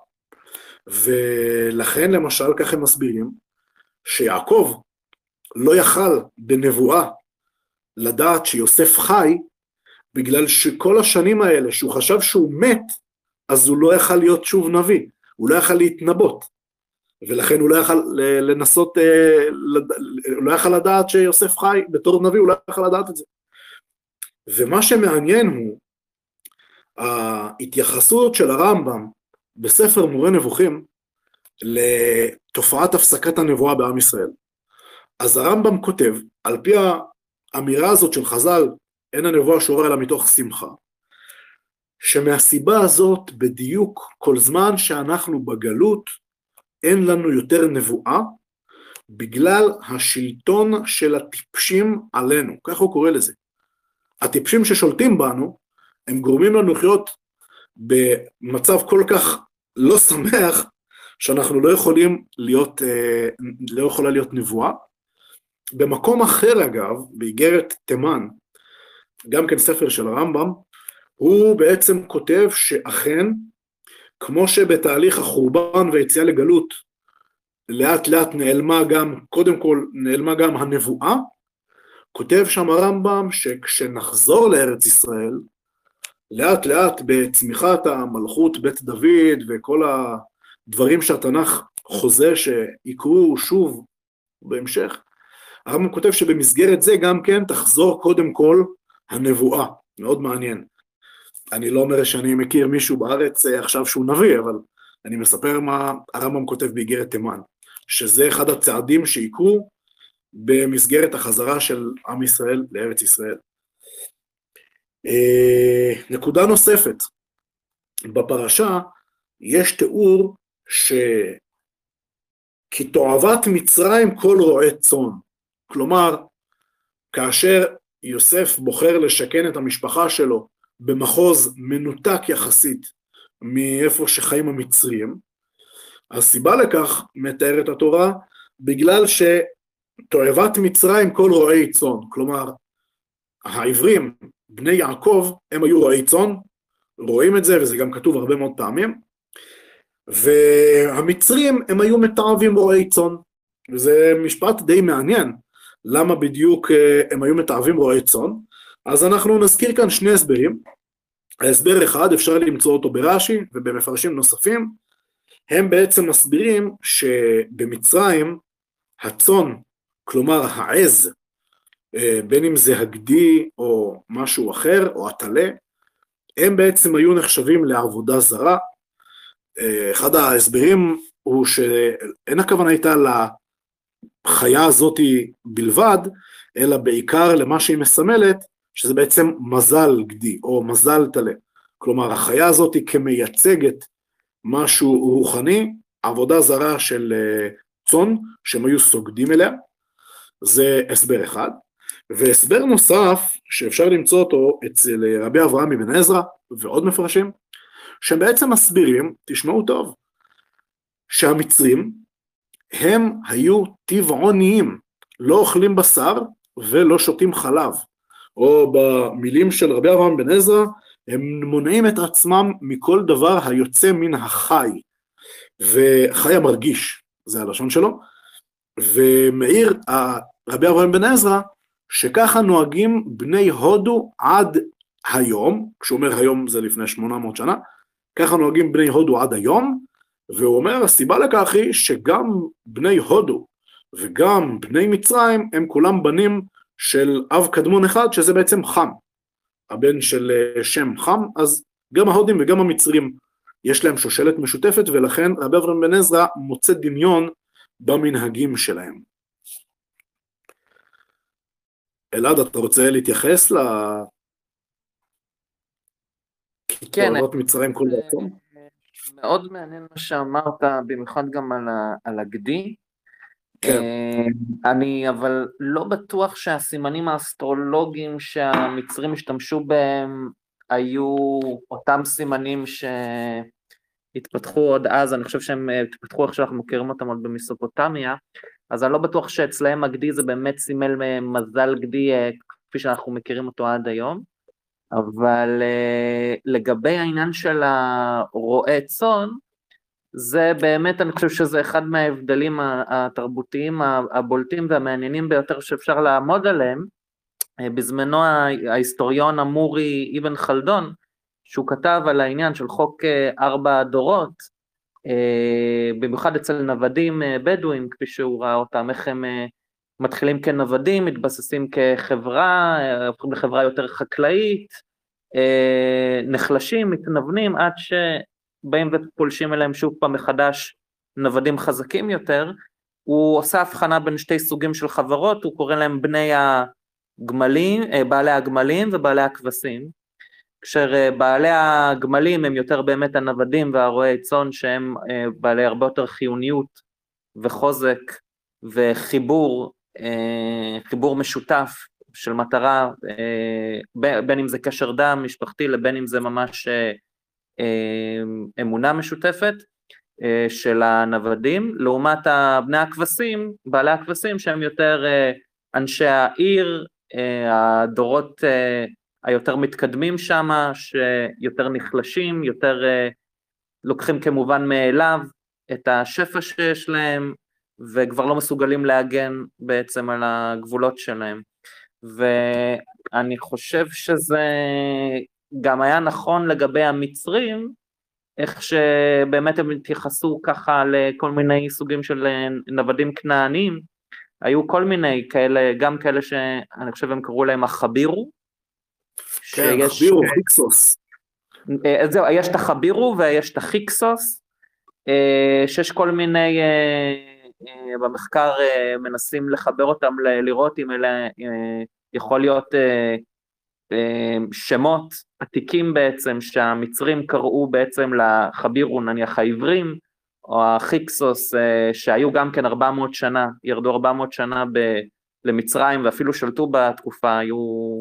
ולכן למשל כך הם מסבירים, שיעקב לא יכל בנבואה לדעת שיוסף חי, בגלל שכל השנים האלה שהוא חשב שהוא מת, אז הוא לא יכל להיות שוב נביא, הוא לא יכל להתנבות, ולכן הוא לא יכל לנסות, הוא לא יכל לדעת שיוסף חי בתור נביא, הוא לא יכל לדעת את זה. ומה שמעניין הוא, ההתייחסות של הרמב"ם בספר מורה נבוכים, לתופעת הפסקת הנבואה בעם ישראל. אז הרמב"ם כותב, על פי האמירה הזאת של חז"ל, אין הנבואה שורה אלא מתוך שמחה, שמהסיבה הזאת בדיוק כל זמן שאנחנו בגלות, אין לנו יותר נבואה, בגלל השלטון של הטיפשים עלינו, כך הוא קורא לזה. הטיפשים ששולטים בנו, הם גורמים לנו לחיות במצב כל כך לא שמח, שאנחנו לא יכולים להיות, לא יכולה להיות נבואה. במקום אחר אגב, באיגרת תימן, גם כן ספר של הרמב"ם, הוא בעצם כותב שאכן, כמו שבתהליך החורבן ויציאה לגלות, לאט לאט נעלמה גם, קודם כל נעלמה גם הנבואה, כותב שם הרמב"ם שכשנחזור לארץ ישראל, לאט לאט בצמיחת המלכות בית דוד וכל הדברים שהתנ"ך חוזה שיקרו שוב בהמשך, הרמב"ם כותב שבמסגרת זה גם כן תחזור קודם כל הנבואה, מאוד מעניין. אני לא אומר שאני מכיר מישהו בארץ עכשיו שהוא נביא, אבל אני מספר מה הרמב"ם כותב באיגרת תימן, שזה אחד הצעדים שיקרו במסגרת החזרה של עם ישראל לארץ ישראל. נקודה נוספת, בפרשה יש תיאור שכי תועבת מצרים כל רועה צאן, כלומר כאשר יוסף בוחר לשכן את המשפחה שלו במחוז מנותק יחסית מאיפה שחיים המצרים, הסיבה לכך מתארת התורה בגלל שתועבת מצרים כל רועי צאן, כלומר העברים בני יעקב הם היו רועי צאן, רואים את זה וזה גם כתוב הרבה מאוד פעמים, והמצרים הם היו מתעבים רועי צאן, וזה משפט די מעניין, למה בדיוק הם היו מתעבים רועי צאן. אז אנחנו נזכיר כאן שני הסברים. ההסבר אחד, אפשר למצוא אותו ברש"י ובמפרשים נוספים, הם בעצם מסבירים שבמצרים הצאן, כלומר העז, בין אם זה הגדי או משהו אחר או הטלה, הם בעצם היו נחשבים לעבודה זרה. אחד ההסברים הוא שאין הכוונה הייתה לחיה הזאת בלבד, אלא בעיקר למה שהיא מסמלת, שזה בעצם מזל גדי או מזל טלה. כלומר, החיה הזאת כמייצגת משהו רוחני, עבודה זרה של צאן, שהם היו סוגדים אליה. זה הסבר אחד. והסבר נוסף, שאפשר למצוא אותו אצל רבי אברהם אבן עזרא ועוד מפרשים, שהם בעצם מסבירים, תשמעו טוב, שהמצרים הם היו טבעוניים, לא אוכלים בשר ולא שותים חלב, או במילים של רבי אברהם אבן עזרא, הם מונעים את עצמם מכל דבר היוצא מן החי, וחי המרגיש, זה הלשון שלו, ומעיר רבי אברהם אבן עזרא, שככה נוהגים בני הודו עד היום, כשהוא אומר היום זה לפני שמונה מאות שנה, ככה נוהגים בני הודו עד היום, והוא אומר הסיבה לכך היא שגם בני הודו וגם בני מצרים הם כולם בנים של אב קדמון אחד, שזה בעצם חם, הבן של שם חם, אז גם ההודים וגם המצרים יש להם שושלת משותפת, ולכן רבי אברהם אבן עזרא מוצא דמיון במנהגים שלהם. אלעד, אתה רוצה להתייחס לכתובות מצרים כל רצון? מאוד מעניין מה שאמרת, במיוחד גם על, ה, על הגדי. כן. אני אבל לא בטוח שהסימנים האסטרולוגיים שהמצרים השתמשו בהם היו אותם סימנים שהתפתחו עוד אז, אני חושב שהם התפתחו איך שאנחנו מכירים אותם עוד במסופוטמיה, אז אני לא בטוח שאצלהם הגדי זה באמת סימל מזל גדי כפי שאנחנו מכירים אותו עד היום, אבל לגבי העניין של הרועי צאן, זה באמת, אני חושב שזה אחד מההבדלים התרבותיים הבולטים והמעניינים ביותר שאפשר לעמוד עליהם. בזמנו ההיסטוריון המורי אבן חלדון, שהוא כתב על העניין של חוק ארבע הדורות, במיוחד אצל נוודים בדואים, כפי שהוא ראה אותם, איך הם מתחילים כנוודים, מתבססים כחברה, הופכים לחברה יותר חקלאית, נחלשים, מתנוונים, עד ש... באים ופולשים אליהם שוב פעם מחדש נוודים חזקים יותר. הוא עושה הבחנה בין שתי סוגים של חברות, הוא קורא להם בני הגמלים, בעלי הגמלים ובעלי הכבשים, כאשר בעלי הגמלים הם יותר באמת הנוודים והרועי צאן, שהם בעלי הרבה יותר חיוניות וחוזק וחיבור, חיבור משותף של מטרה, בין אם זה קשר דם משפחתי לבין אם זה ממש אמונה משותפת של הנוודים, לעומת בני הכבשים, בעלי הכבשים שהם יותר אנשי העיר, הדורות היותר מתקדמים שם, שיותר נחלשים, יותר לוקחים כמובן מאליו את השפע שיש להם, וכבר לא מסוגלים להגן בעצם על הגבולות שלהם. ואני חושב שזה גם היה נכון לגבי המצרים, איך שבאמת הם התייחסו ככה לכל מיני סוגים של נוודים כנענים, היו כל מיני כאלה, גם כאלה שאני חושב הם קראו להם החבירו. כן, שיש... חבירו, חיקסוס. זהו, יש את החבירו ויש את החיקסוס, שיש כל מיני, במחקר מנסים לחבר אותם, לראות אם אלה יכול להיות שמות עתיקים בעצם, שהמצרים קראו בעצם לחבירו, נניח העברים, או החיקסוס, שהיו גם כן ארבע מאות שנה, ירדו ארבע מאות שנה ב, למצרים, ואפילו שלטו בתקופה, היו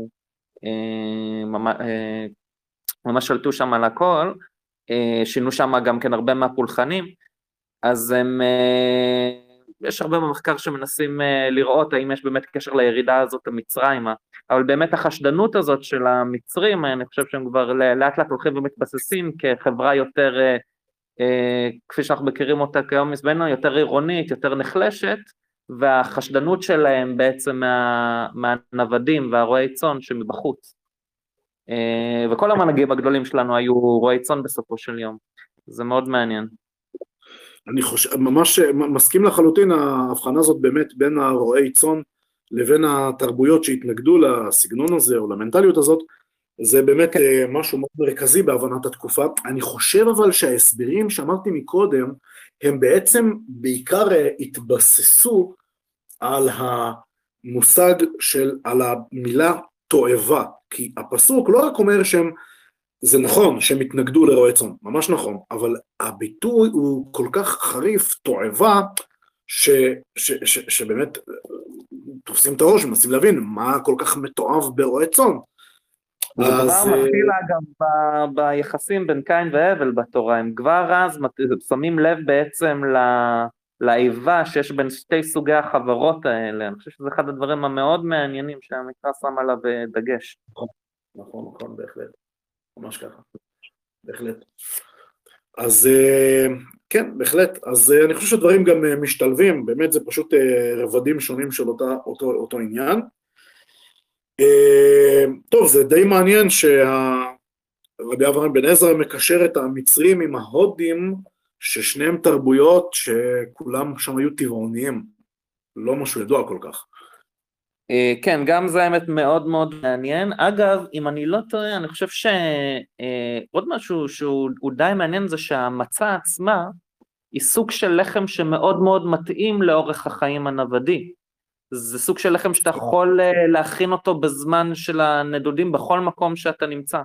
ממש, ממש שלטו שם על הכל, שינו שם גם כן הרבה מהפולחנים, אז הם, יש הרבה במחקר שמנסים לראות האם יש באמת קשר לירידה הזאת המצרימה, אבל באמת החשדנות הזאת של המצרים, אני חושב שהם כבר לאט לאט הולכים ומתבססים כחברה יותר, כפי שאנחנו מכירים אותה כיום מסביבנו, יותר עירונית, יותר נחלשת, והחשדנות שלהם בעצם מה, מהנוודים והרועי צאן שמבחוץ. וכל המנהיגים הגדולים שלנו היו רועי צאן בסופו של יום. זה מאוד מעניין. אני חושב, ממש מסכים לחלוטין ההבחנה הזאת באמת בין הרועי צאן לבין התרבויות שהתנגדו לסגנון הזה או למנטליות הזאת, זה באמת משהו מאוד מרכזי בהבנת התקופה. אני חושב אבל שההסברים שאמרתי מקודם, הם בעצם בעיקר התבססו על המושג של, על המילה תועבה, כי הפסוק לא רק אומר שהם, זה נכון שהם התנגדו לרועי צאן, ממש נכון, אבל הביטוי הוא כל כך חריף, תועבה, ש, ש, ש, שבאמת תופסים את הראש ומנסים להבין מה כל כך מתועב ברועי צאן. זה דבר מתחיל אגב ב- ביחסים בין קין והבל בתורה, הם כבר אז שמים לב בעצם ל- לאיבה שיש בין שתי סוגי החברות האלה, אני חושב שזה אחד הדברים המאוד מעניינים שהמקרא שם עליו דגש. נכון, נכון, בהחלט, ממש ככה, בהחלט. אז כן, בהחלט, אז אני חושב שדברים גם משתלבים, באמת זה פשוט רבדים שונים של אותה, אותו, אותו עניין. טוב, זה די מעניין שרבי אברהם בן עזרא מקשר את המצרים עם ההודים, ששניהם תרבויות שכולם שם היו טבעוניים, לא משהו ידוע כל כך. כן, גם זה האמת מאוד מאוד מעניין. אגב, אם אני לא טועה, אני חושב שעוד משהו שהוא די מעניין זה שהמצה עצמה, היא סוג של לחם שמאוד מאוד מתאים לאורך החיים הנוודי. זה סוג של לחם שאתה יכול להכין אותו בזמן של הנדודים בכל מקום שאתה נמצא.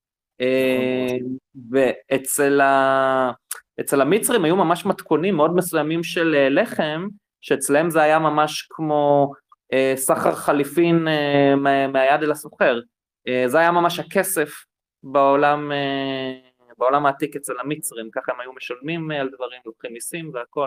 ואצל ה... אצל המצרים היו ממש מתכונים מאוד מסוימים של לחם, שאצלם זה היה ממש כמו סחר חליפין מהיד אל הסוחר. זה היה ממש הכסף בעולם, בעולם העתיק אצל המצרים, ככה הם היו משלמים על דברים, לוקחים מיסים והכל.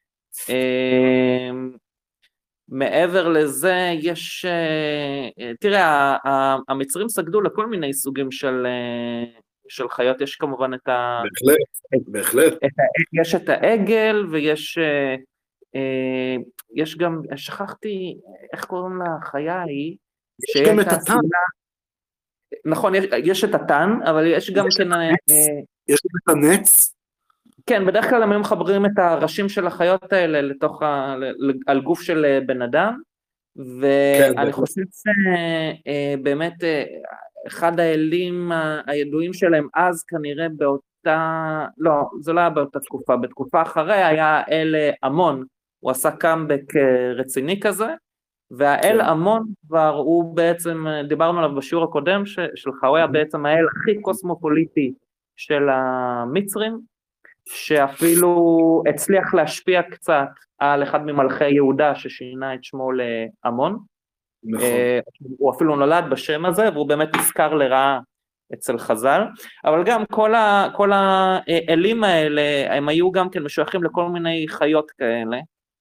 מעבר לזה יש, תראה, המצרים סגדו לכל מיני סוגים של, של חיות, יש כמובן את ה... בהחלט, בהחלט. את ה, יש את העגל ויש יש גם, שכחתי איך קוראים לה החיה ההיא, יש גם את התן. נכון, יש, יש את התן, אבל יש גם יש כן... יש את הנץ. כן, בדרך כלל הם מחברים את הראשים של החיות האלה לתוך ה... על גוף של בן אדם, ואני חושב שבאמת אחד האלים הידועים שלהם אז כנראה באותה, לא, זה לא היה באותה תקופה, בתקופה אחרי היה אל אמון, הוא עשה קאמבק רציני כזה, והאל אמון כבר הוא בעצם, דיברנו עליו בשיעור הקודם שלך, הוא היה בעצם האל הכי קוסמופוליטי של המצרים, שאפילו הצליח להשפיע קצת על אחד ממלכי יהודה ששינה את שמו לאמון. נכון. הוא אפילו נולד בשם הזה, והוא באמת נזכר לרעה אצל חז"ל, אבל גם כל, ה, כל האלים האלה, הם היו גם כן משוייכים לכל מיני חיות כאלה.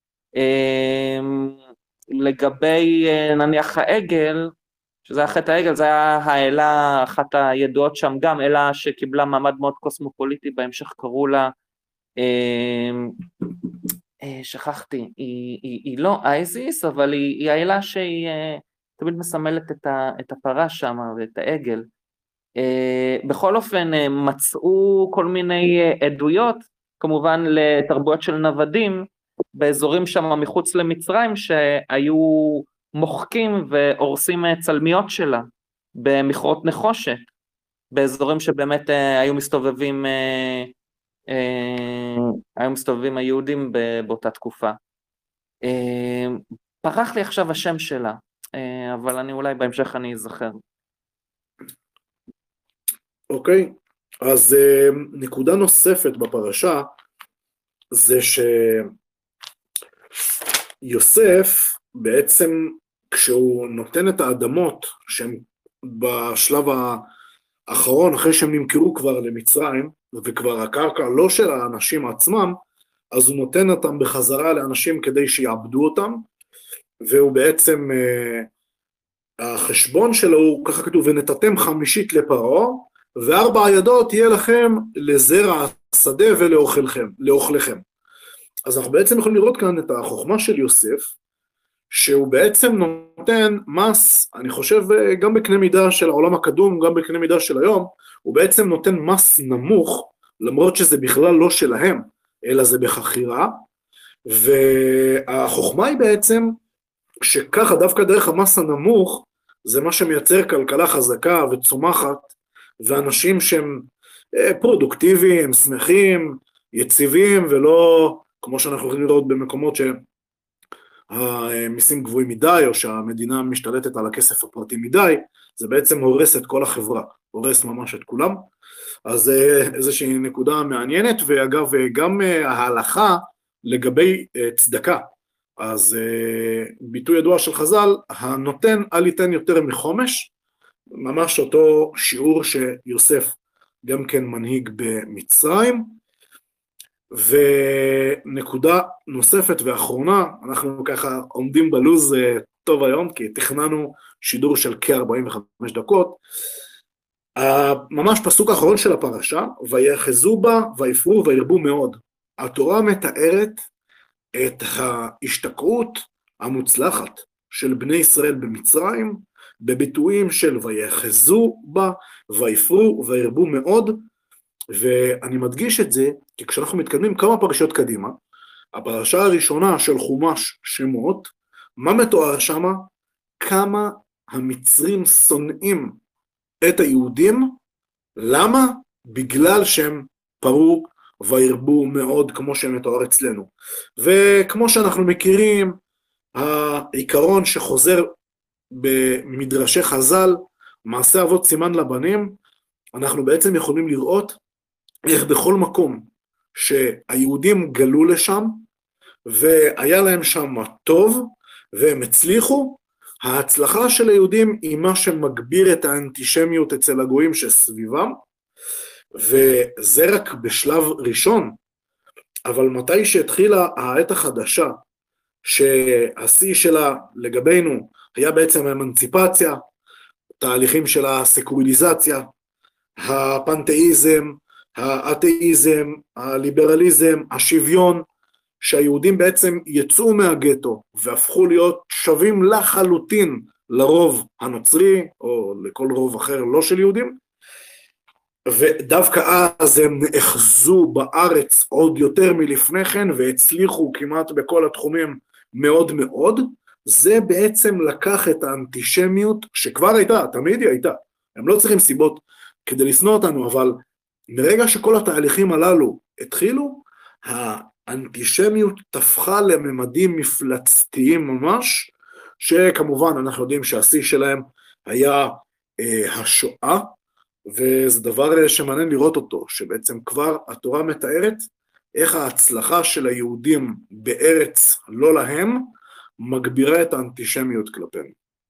לגבי נניח העגל, שזה החטא העגל, זה היה האלה, אחת הידועות שם גם, אלה שקיבלה מעמד מאוד קוסמופוליטי, בהמשך קראו לה, שכחתי, היא, היא, היא לא אייזיס, אבל היא, היא האלה שהיא תמיד מסמלת את, ה, את הפרה שם ואת העגל. בכל אופן מצאו כל מיני עדויות, כמובן לתרבויות של נוודים, באזורים שם מחוץ למצרים, שהיו מוחקים והורסים צלמיות שלה, במכרות נחושת, באזורים שבאמת היו מסתובבים, היו מסתובבים היהודים באותה תקופה. פרח לי עכשיו השם שלה, אבל אני אולי בהמשך אני אזכר. אוקיי, אז נקודה נוספת בפרשה, זה שיוסף בעצם כשהוא נותן את האדמות שהם בשלב האחרון אחרי שהם נמכרו כבר למצרים וכבר הקרקע לא של האנשים עצמם, אז הוא נותן אותם בחזרה לאנשים כדי שיעבדו אותם, והוא בעצם החשבון שלו הוא ככה כתוב, ונתתם חמישית לפרעה וארבע עיידות יהיה לכם לזרע השדה ולאוכלכם, לאוכלכם. אז אנחנו בעצם יכולים לראות כאן את החוכמה של יוסף, שהוא בעצם נותן מס, אני חושב גם בקנה מידה של העולם הקדום, גם בקנה מידה של היום, הוא בעצם נותן מס נמוך, למרות שזה בכלל לא שלהם, אלא זה בחכירה, והחוכמה היא בעצם, שככה דווקא דרך המס הנמוך, זה מה שמייצר כלכלה חזקה וצומחת, ואנשים שהם פרודוקטיביים, שמחים, יציבים, ולא כמו שאנחנו יכולים לראות במקומות שהמיסים גבוהים מדי, או שהמדינה משתלטת על הכסף הפרטי מדי, זה בעצם הורס את כל החברה, הורס ממש את כולם. אז איזושהי נקודה מעניינת, ואגב גם ההלכה לגבי צדקה, אז ביטוי ידוע של חז"ל, הנותן אל ייתן יותר מחומש, ממש אותו שיעור שיוסף גם כן מנהיג במצרים. ונקודה נוספת ואחרונה, אנחנו ככה עומדים בלוז טוב היום, כי תכננו שידור של כ-ארבעים וחמש דקות, ממש פסוק האחרון של הפרשה, ויאחזו בה ויפרו וירבו מאוד. התורה מתארת את ההשתקעות המוצלחת של בני ישראל במצרים, בביטויים של ויאחזו בה ויפרו וירבו מאוד, ואני מדגיש את זה, כי כשאנחנו מתקדמים כמה פרשיות קדימה, הפרשה הראשונה של חומש שמות, מה מתואר שמה? כמה המצרים שונאים את היהודים, למה? בגלל שהם פרו וירבו מאוד כמו שמתואר אצלנו. וכמו שאנחנו מכירים, העיקרון שחוזר במדרשי חז"ל, מעשה אבות סימן לבנים, אנחנו בעצם יכולים לראות איך בכל מקום שהיהודים גלו לשם, והיה להם שם טוב, והם הצליחו, ההצלחה של היהודים היא מה שמגביר את האנטישמיות אצל הגויים שסביבם, וזה רק בשלב ראשון, אבל מתי שהתחילה העת החדשה, שהשיא שלה לגבינו היה בעצם האמנציפציה, תהליכים של הסקולריזציה, הפנתאיזם, האתאיזם, הליברליזם, השוויון, שהיהודים בעצם יצאו מהגטו והפכו להיות שווים לחלוטין לרוב הנוצרי או לכל רוב אחר לא של יהודים, ודווקא אז הם נאחזו בארץ עוד יותר מלפני כן והצליחו כמעט בכל התחומים מאוד מאוד. זה בעצם לקח את האנטישמיות שכבר הייתה, תמיד היא הייתה, הם לא צריכים סיבות כדי לשנוא אותנו, אבל מרגע שכל התהליכים הללו התחילו, האנטישמיות תפחה לממדים מפלצתיים ממש, שכמובן אנחנו יודעים שהשיא שלהם היה אה, השואה, וזה דבר שמעניין לראות אותו, שבעצם כבר התורה מתארת איך ההצלחה של היהודים בארץ לא להם, מגבירה את האנטישמיות כלפינו.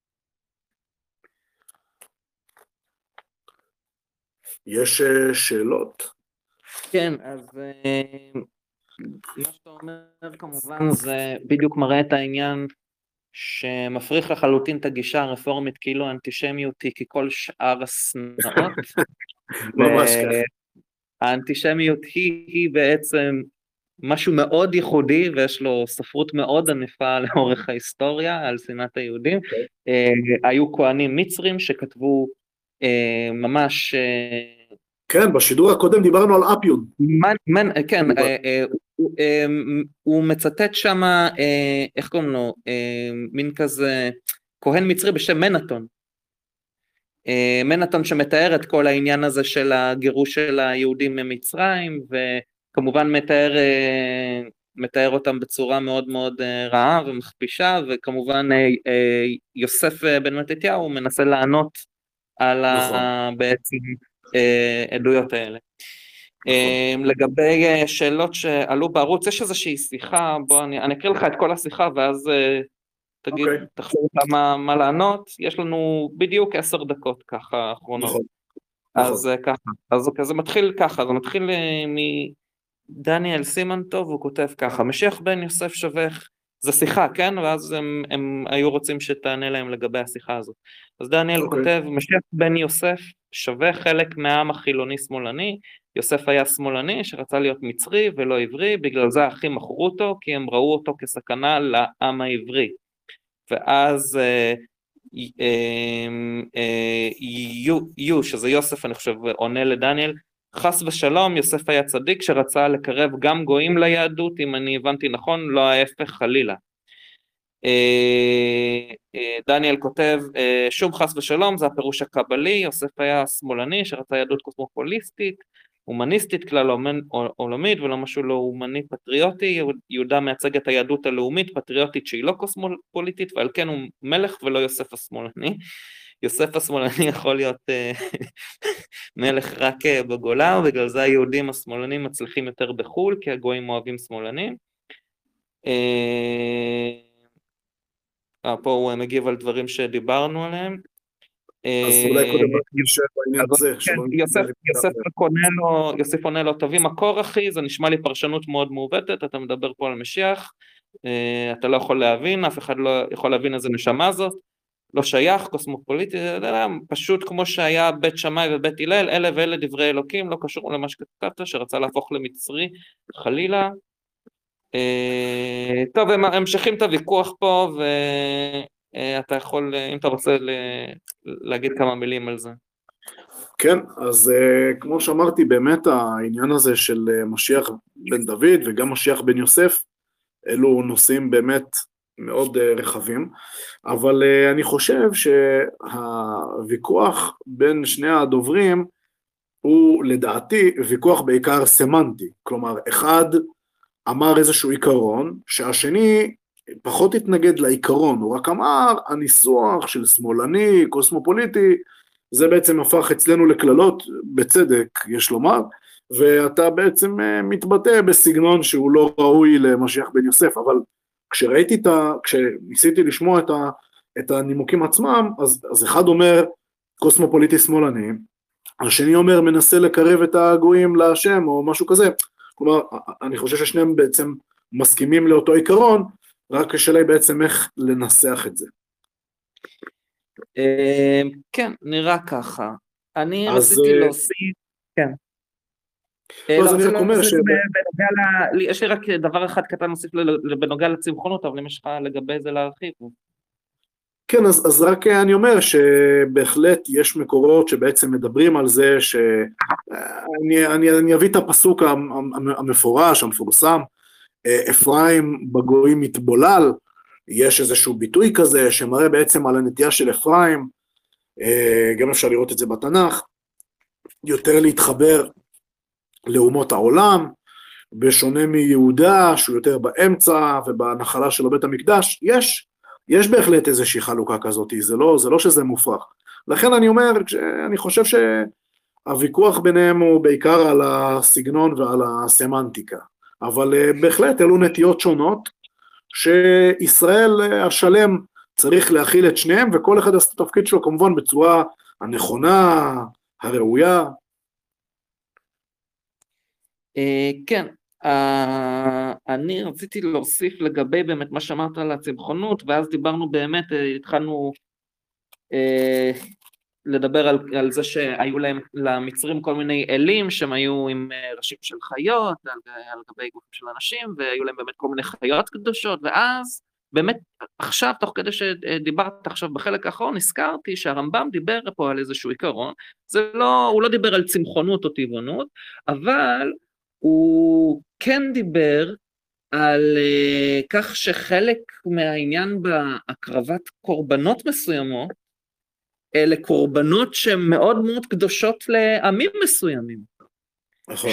יש שאלות? כן, אז מה שאתה אומר כמובן זה בדיוק מראה את העניין שמפריך לחלוטין את הגישה הרפורמית, כאילו האנטישמיות היא ככל שאר השנאות. ממש ככה. האנטישמיות היא, היא בעצם משהו מאוד ייחודי, ויש לו ספרות מאוד ענפה לאורך ההיסטוריה על שנאת היהודים. Okay. Uh, היו כהנים מצרים שכתבו uh, ממש... Uh, כן, בשידור הקודם דיברנו על אפיון. man, man, כן, uh, uh, הוא, uh, הוא מצטט שם, uh, איך קוראים לו, uh, מין כזה, כהן מצרי בשם מנתון. Uh, מנתון שמתאר את כל העניין הזה של הגירוש של היהודים ממצרים, ו... כמובן מתאר, מתאר אותם בצורה מאוד מאוד רעה ומכפישה, וכמובן יוסף בן מתתיהו מנסה לענות על נכון. בעצם עדויות האלה. נכון. לגבי שאלות שעלו בערוץ, יש איזושהי שיחה, בוא אני, אני אקריא לך את כל השיחה ואז תגיד, okay. תחשוב מה, מה לענות, יש לנו בדיוק עשר דקות ככה אחרונות. נכון. אז נכון. ככה, אז זה מתחיל ככה, זה מתחיל מ... דניאל סימנטוב, הוא כותב ככה, משיח בן יוסף שבך, זה שיחה, כן? ואז הם, הם היו רוצים שתענה להם לגבי השיחה הזאת. אז דניאל okay. כותב, משיח בן יוסף שווה חלק מהעם החילוני שמאלני, יוסף היה שמאלני שרצה להיות מצרי ולא עברי, בגלל זה האחים מכרו אותו, כי הם ראו אותו כסכנה לעם העברי. ואז אה, אה, אה, יו, יו, שזה יוסף, אני חושב, עונה לדניאל, חס ושלום, יוסף היה צדיק שרצה לקרב גם גויים ליהדות, אם אני הבנתי נכון, לא ההפך חלילה. דניאל כותב, שוב חס ושלום, זה הפירוש הקבלי, יוסף היה שמאלני שרצה יהדות קוסמופוליסטית, הומניסטית כלל עולמית, ולא משהו לא הומני פטריוטי, יהודה מייצג את היהדות הלאומית, פטריוטית שהיא לא קוסמופוליטית, ועל כן הוא מלך ולא יוסף השמאלני. יוסף השמאלני יכול להיות מלך רק בגולה, ובגלל זה היהודים השמאלנים מצליחים יותר בחול, כי הגויים אוהבים שמאלנים. פה הוא מגיב על דברים שדיברנו עליהם. אז אולי קודם נשאר בעניין הזה. יוסף עונה לו, תביא מקור אחי, זה נשמע לי פרשנות מאוד מעוותת, אתה מדבר פה על משיח, אתה לא יכול להבין, אף אחד לא יכול להבין איזה נשמה זאת, לא שייך, קוסמופוליטי, פשוט כמו שהיה בית שמאי ובית הלל, אלה ואלה דברי אלוקים, לא קשור למה שכתבת, שרצה להפוך למצרי, חלילה. טוב, הם המשכים את הוויכוח פה, ואתה יכול, אם אתה רוצה, להגיד כמה מילים על זה. כן, אז כמו שאמרתי, באמת העניין הזה של משיח בן דוד, וגם משיח בן יוסף, אלו נושאים באמת, מאוד רחבים, אבל אני חושב שהוויכוח בין שני הדוברים הוא לדעתי ויכוח בעיקר סמנטי, כלומר אחד אמר איזשהו עיקרון, שהשני פחות התנגד לעיקרון, הוא רק אמר הניסוח של שמאלני, קוסמופוליטי, זה בעצם הפך אצלנו לכללות, בצדק יש לומר, ואתה בעצם מתבטא בסגנון שהוא לא ראוי למשיח בן יוסף, אבל כשראיתי את ה... כשניסיתי לשמוע את, ה... את הנימוקים עצמם, אז, אז אחד אומר קוסמופוליטי שמאלני, השני אומר מנסה לקרב את הגויים להשם או משהו כזה, כלומר אני חושב ששניהם בעצם מסכימים לאותו עיקרון, רק השאלה היא בעצם איך לנסח את זה. כן, נראה ככה. אני רציתי להוסיף, כן. אז אני רק אומר ש... יש לי רק דבר אחד קטן להוסיף בנוגע לצמחונות, אבל אם יש לך לגבי זה להרחיב. כן, אז, אז רק אני אומר שבהחלט יש מקורות שבעצם מדברים על זה, שאני אני, אני אביא את הפסוק המפורש, המפורסם, אפרים בגויים מתבולל, יש איזשהו ביטוי כזה שמראה בעצם על הנטייה של אפרים, גם אפשר לראות את זה בתנ"ך, יותר להתחבר לאומות העולם, בשונה מיהודה שהוא יותר באמצע ובנחלה של בית המקדש, יש יש בהחלט איזושהי חלוקה כזאת, זה לא, זה לא שזה מופרך. לכן אני אומר, אני חושב שהוויכוח ביניהם הוא בעיקר על הסגנון ועל הסמנטיקה, אבל בהחלט אלו נטיות שונות, שישראל השלם צריך להכיל את שניהם, וכל אחד עשה את התפקיד שלו כמובן בצורה הנכונה, הראויה. כן. Uh, אני רציתי להוסיף לגבי באמת מה שאמרת על הצמחונות, ואז דיברנו באמת, התחלנו uh, לדבר על, על זה שהיו להם, למצרים כל מיני אלים, שהם היו עם uh, ראשים של חיות, על, על גבי גופים של אנשים, והיו להם באמת כל מיני חיות קדושות, ואז באמת עכשיו, תוך כדי שדיברת עכשיו בחלק האחרון, הזכרתי שהרמב"ם דיבר פה על איזשהו עיקרון, זה לא, הוא לא דיבר על צמחונות או טבעונות, אבל הוא כן דיבר על uh, כך שחלק מהעניין בהקרבת קורבנות מסוימות, אלה קורבנות שהן מאוד מאוד קדושות לעמים מסוימים. נכון.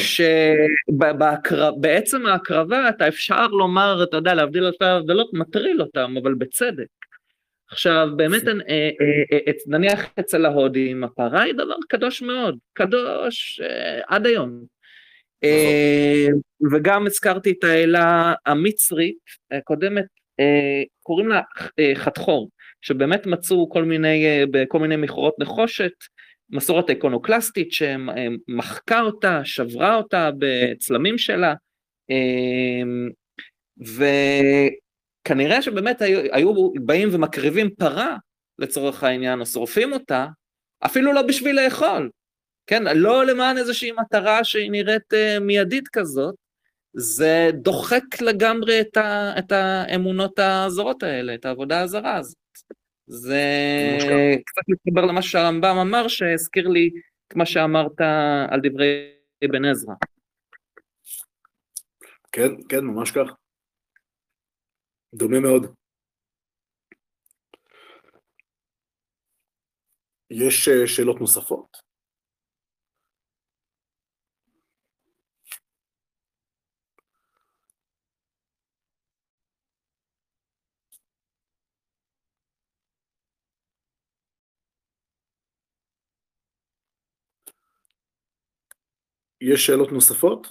שבעצם ההקרבה אתה אפשר לומר, אתה יודע, להבדיל אלפי הבדלות, מטריל אותם, אבל בצדק. עכשיו, באמת, נניח אצל ההודים, הפרה היא דבר קדוש מאוד, קדוש עד היום. וגם הזכרתי את האלה המצרית, קודמת, קוראים לה חתחור, שבאמת מצאו כל מיני, בכל מיני מכרות נחושת, מסורת איקונוקלסטית שמחקה אותה, שברה אותה בצלמים שלה, וכנראה שבאמת היו, היו באים ומקריבים פרה לצורך העניין, או שורפים אותה, אפילו לא בשביל לאכול, כן, לא למען איזושהי מטרה שהיא נראית uh, מיידית כזאת, זה דוחק לגמרי את, ה, את האמונות הזרות האלה, את העבודה הזרה הזאת. זה קצת מתחבר למה שהרמב"ם אמר, שהזכיר לי מה שאמרת על דברי אבן עזרא. כן, כן, ממש כך. דומה מאוד. יש שאלות נוספות? יש שאלות נוספות?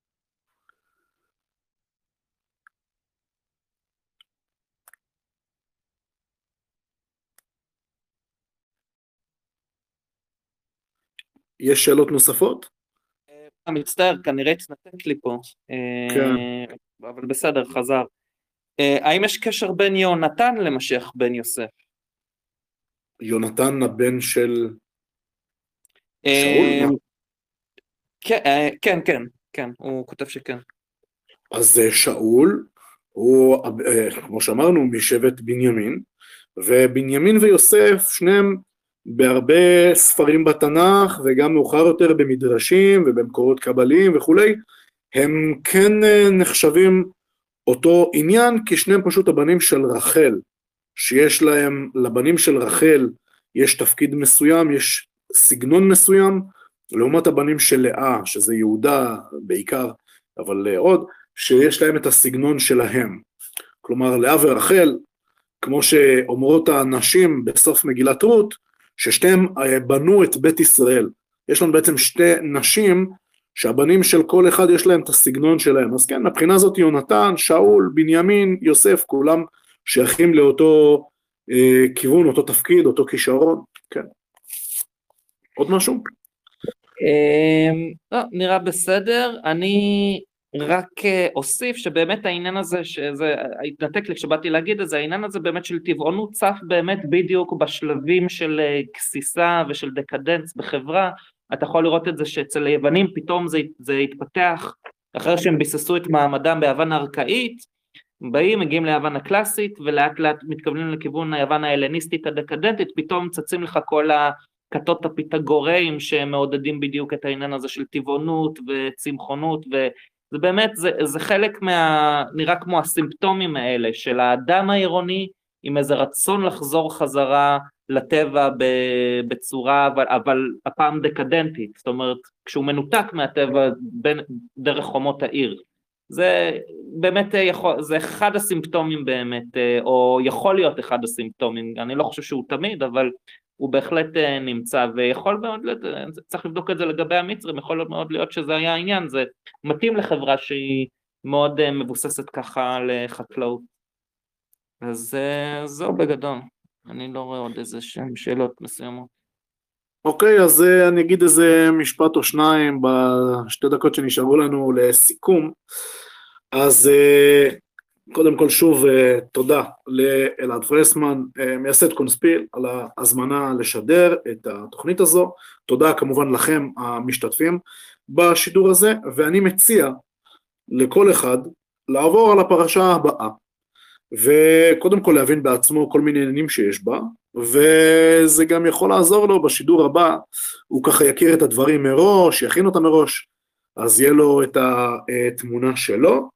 יש שאלות נוספות? אני מצטער, כנראה התנתק לי פה, כן. אבל בסדר, חזר. האם יש קשר בין יונתן למשיח בן יוסף? יונתן הבן של שאול? כן, כן, כן, כן, הוא כותב שכן. אז שאול, הוא, כמו שאמרנו, משבט בנימין, ובנימין ויוסף, שניהם בהרבה ספרים בתנ"ך, וגם מאוחר יותר במדרשים ובמקורות קבליים וכולי, הם כן נחשבים אותו עניין, כי שניהם פשוט הבנים של רחל, שיש להם, לבנים של רחל, יש תפקיד מסוים, יש סגנון מסוים, לעומת הבנים של לאה, שזה יהודה בעיקר, אבל עוד, שיש להם את הסגנון שלהם. כלומר, לאה ורחל, כמו שאומרות הנשים בסוף מגילת רות, ששתיהם בנו את בית ישראל. יש לנו בעצם שתי נשים, שהבנים של כל אחד יש להם את הסגנון שלהם. אז כן, מבחינה הזאת יונתן, שאול, בנימין, יוסף, כולם שייכים לאותו אה, כיוון, אותו תפקיד, אותו כישרון. כן. עוד משהו? לא, נראה בסדר. אני רק אוסיף שבאמת העניין הזה, שזה התנתק לי כשבאתי להגיד את זה, העניין הזה באמת של טבעונות צף באמת בדיוק בשלבים של כסיסה ושל דקדנס בחברה. אתה יכול לראות את זה שאצל היוונים פתאום זה, זה התפתח, אחרי שהם ביססו את מעמדם ביוון הארכאית, באים, מגיעים ליוון הקלאסית, ולאט לאט מתכוונים לכיוון היוון ההלניסטית הדקדנטית, פתאום צצים לך כל הכתות הפיתגוראים שמעודדים בדיוק את העניין הזה של טבעונות וצמחונות, וזה באמת, זה, זה חלק מה, נראה כמו הסימפטומים האלה, של האדם העירוני, עם איזה רצון לחזור חזרה לטבע בצורה, אבל, אבל הפעם דקדנטית, זאת אומרת, כשהוא מנותק מהטבע בין, דרך חומות העיר. זה באמת יכול, זה אחד הסימפטומים באמת, או יכול להיות אחד הסימפטומים, אני לא חושב שהוא תמיד, אבל הוא בהחלט נמצא, ויכול מאוד, צריך לבדוק את זה לגבי המצרים, יכול מאוד להיות שזה היה העניין, זה מתאים לחברה שהיא מאוד מבוססת ככה לחקלאות. אז זהו בגדול, אני לא רואה עוד איזה שם שאלות מסוימות. אוקיי, אז אני אגיד איזה משפט או שניים בשתי דקות שנשארו לנו לסיכום. אז קודם כל שוב תודה לאלעד פרסמן, מייסד קונספיל, על ההזמנה לשדר את התוכנית הזו. תודה כמובן לכם המשתתפים בשידור הזה, ואני מציע לכל אחד לעבור על הפרשה הבאה, וקודם כל להבין בעצמו כל מיני עניינים שיש בה, וזה גם יכול לעזור לו בשידור הבא, הוא ככה יכיר את הדברים מראש, יכין אותם מראש, אז יהיה לו את התמונה שלו.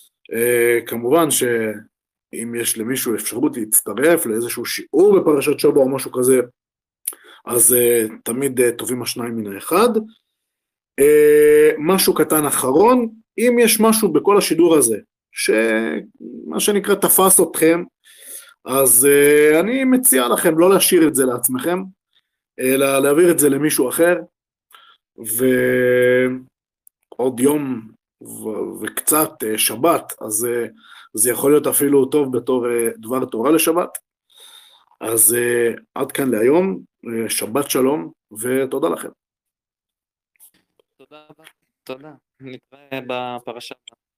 כמובן שאם יש למישהו אפשרות להצטרף לאיזשהו שיעור בפרשת שבוע או משהו כזה, אז תמיד טובים השניים מן האחד. משהו קטן אחרון, אם יש משהו בכל השידור הזה, שמה שנקרא תפס אתכם, אז uh, אני מציע לכם לא להשאיר את זה לעצמכם, אלא להעביר את זה למישהו אחר, ועוד יום ו- וקצת uh, שבת, אז uh, זה יכול להיות אפילו טוב בתור uh, דבר תורה לשבת. אז uh, עד כאן להיום, uh, שבת שלום, ותודה לכם. תודה, תודה. נתראה בפרשה.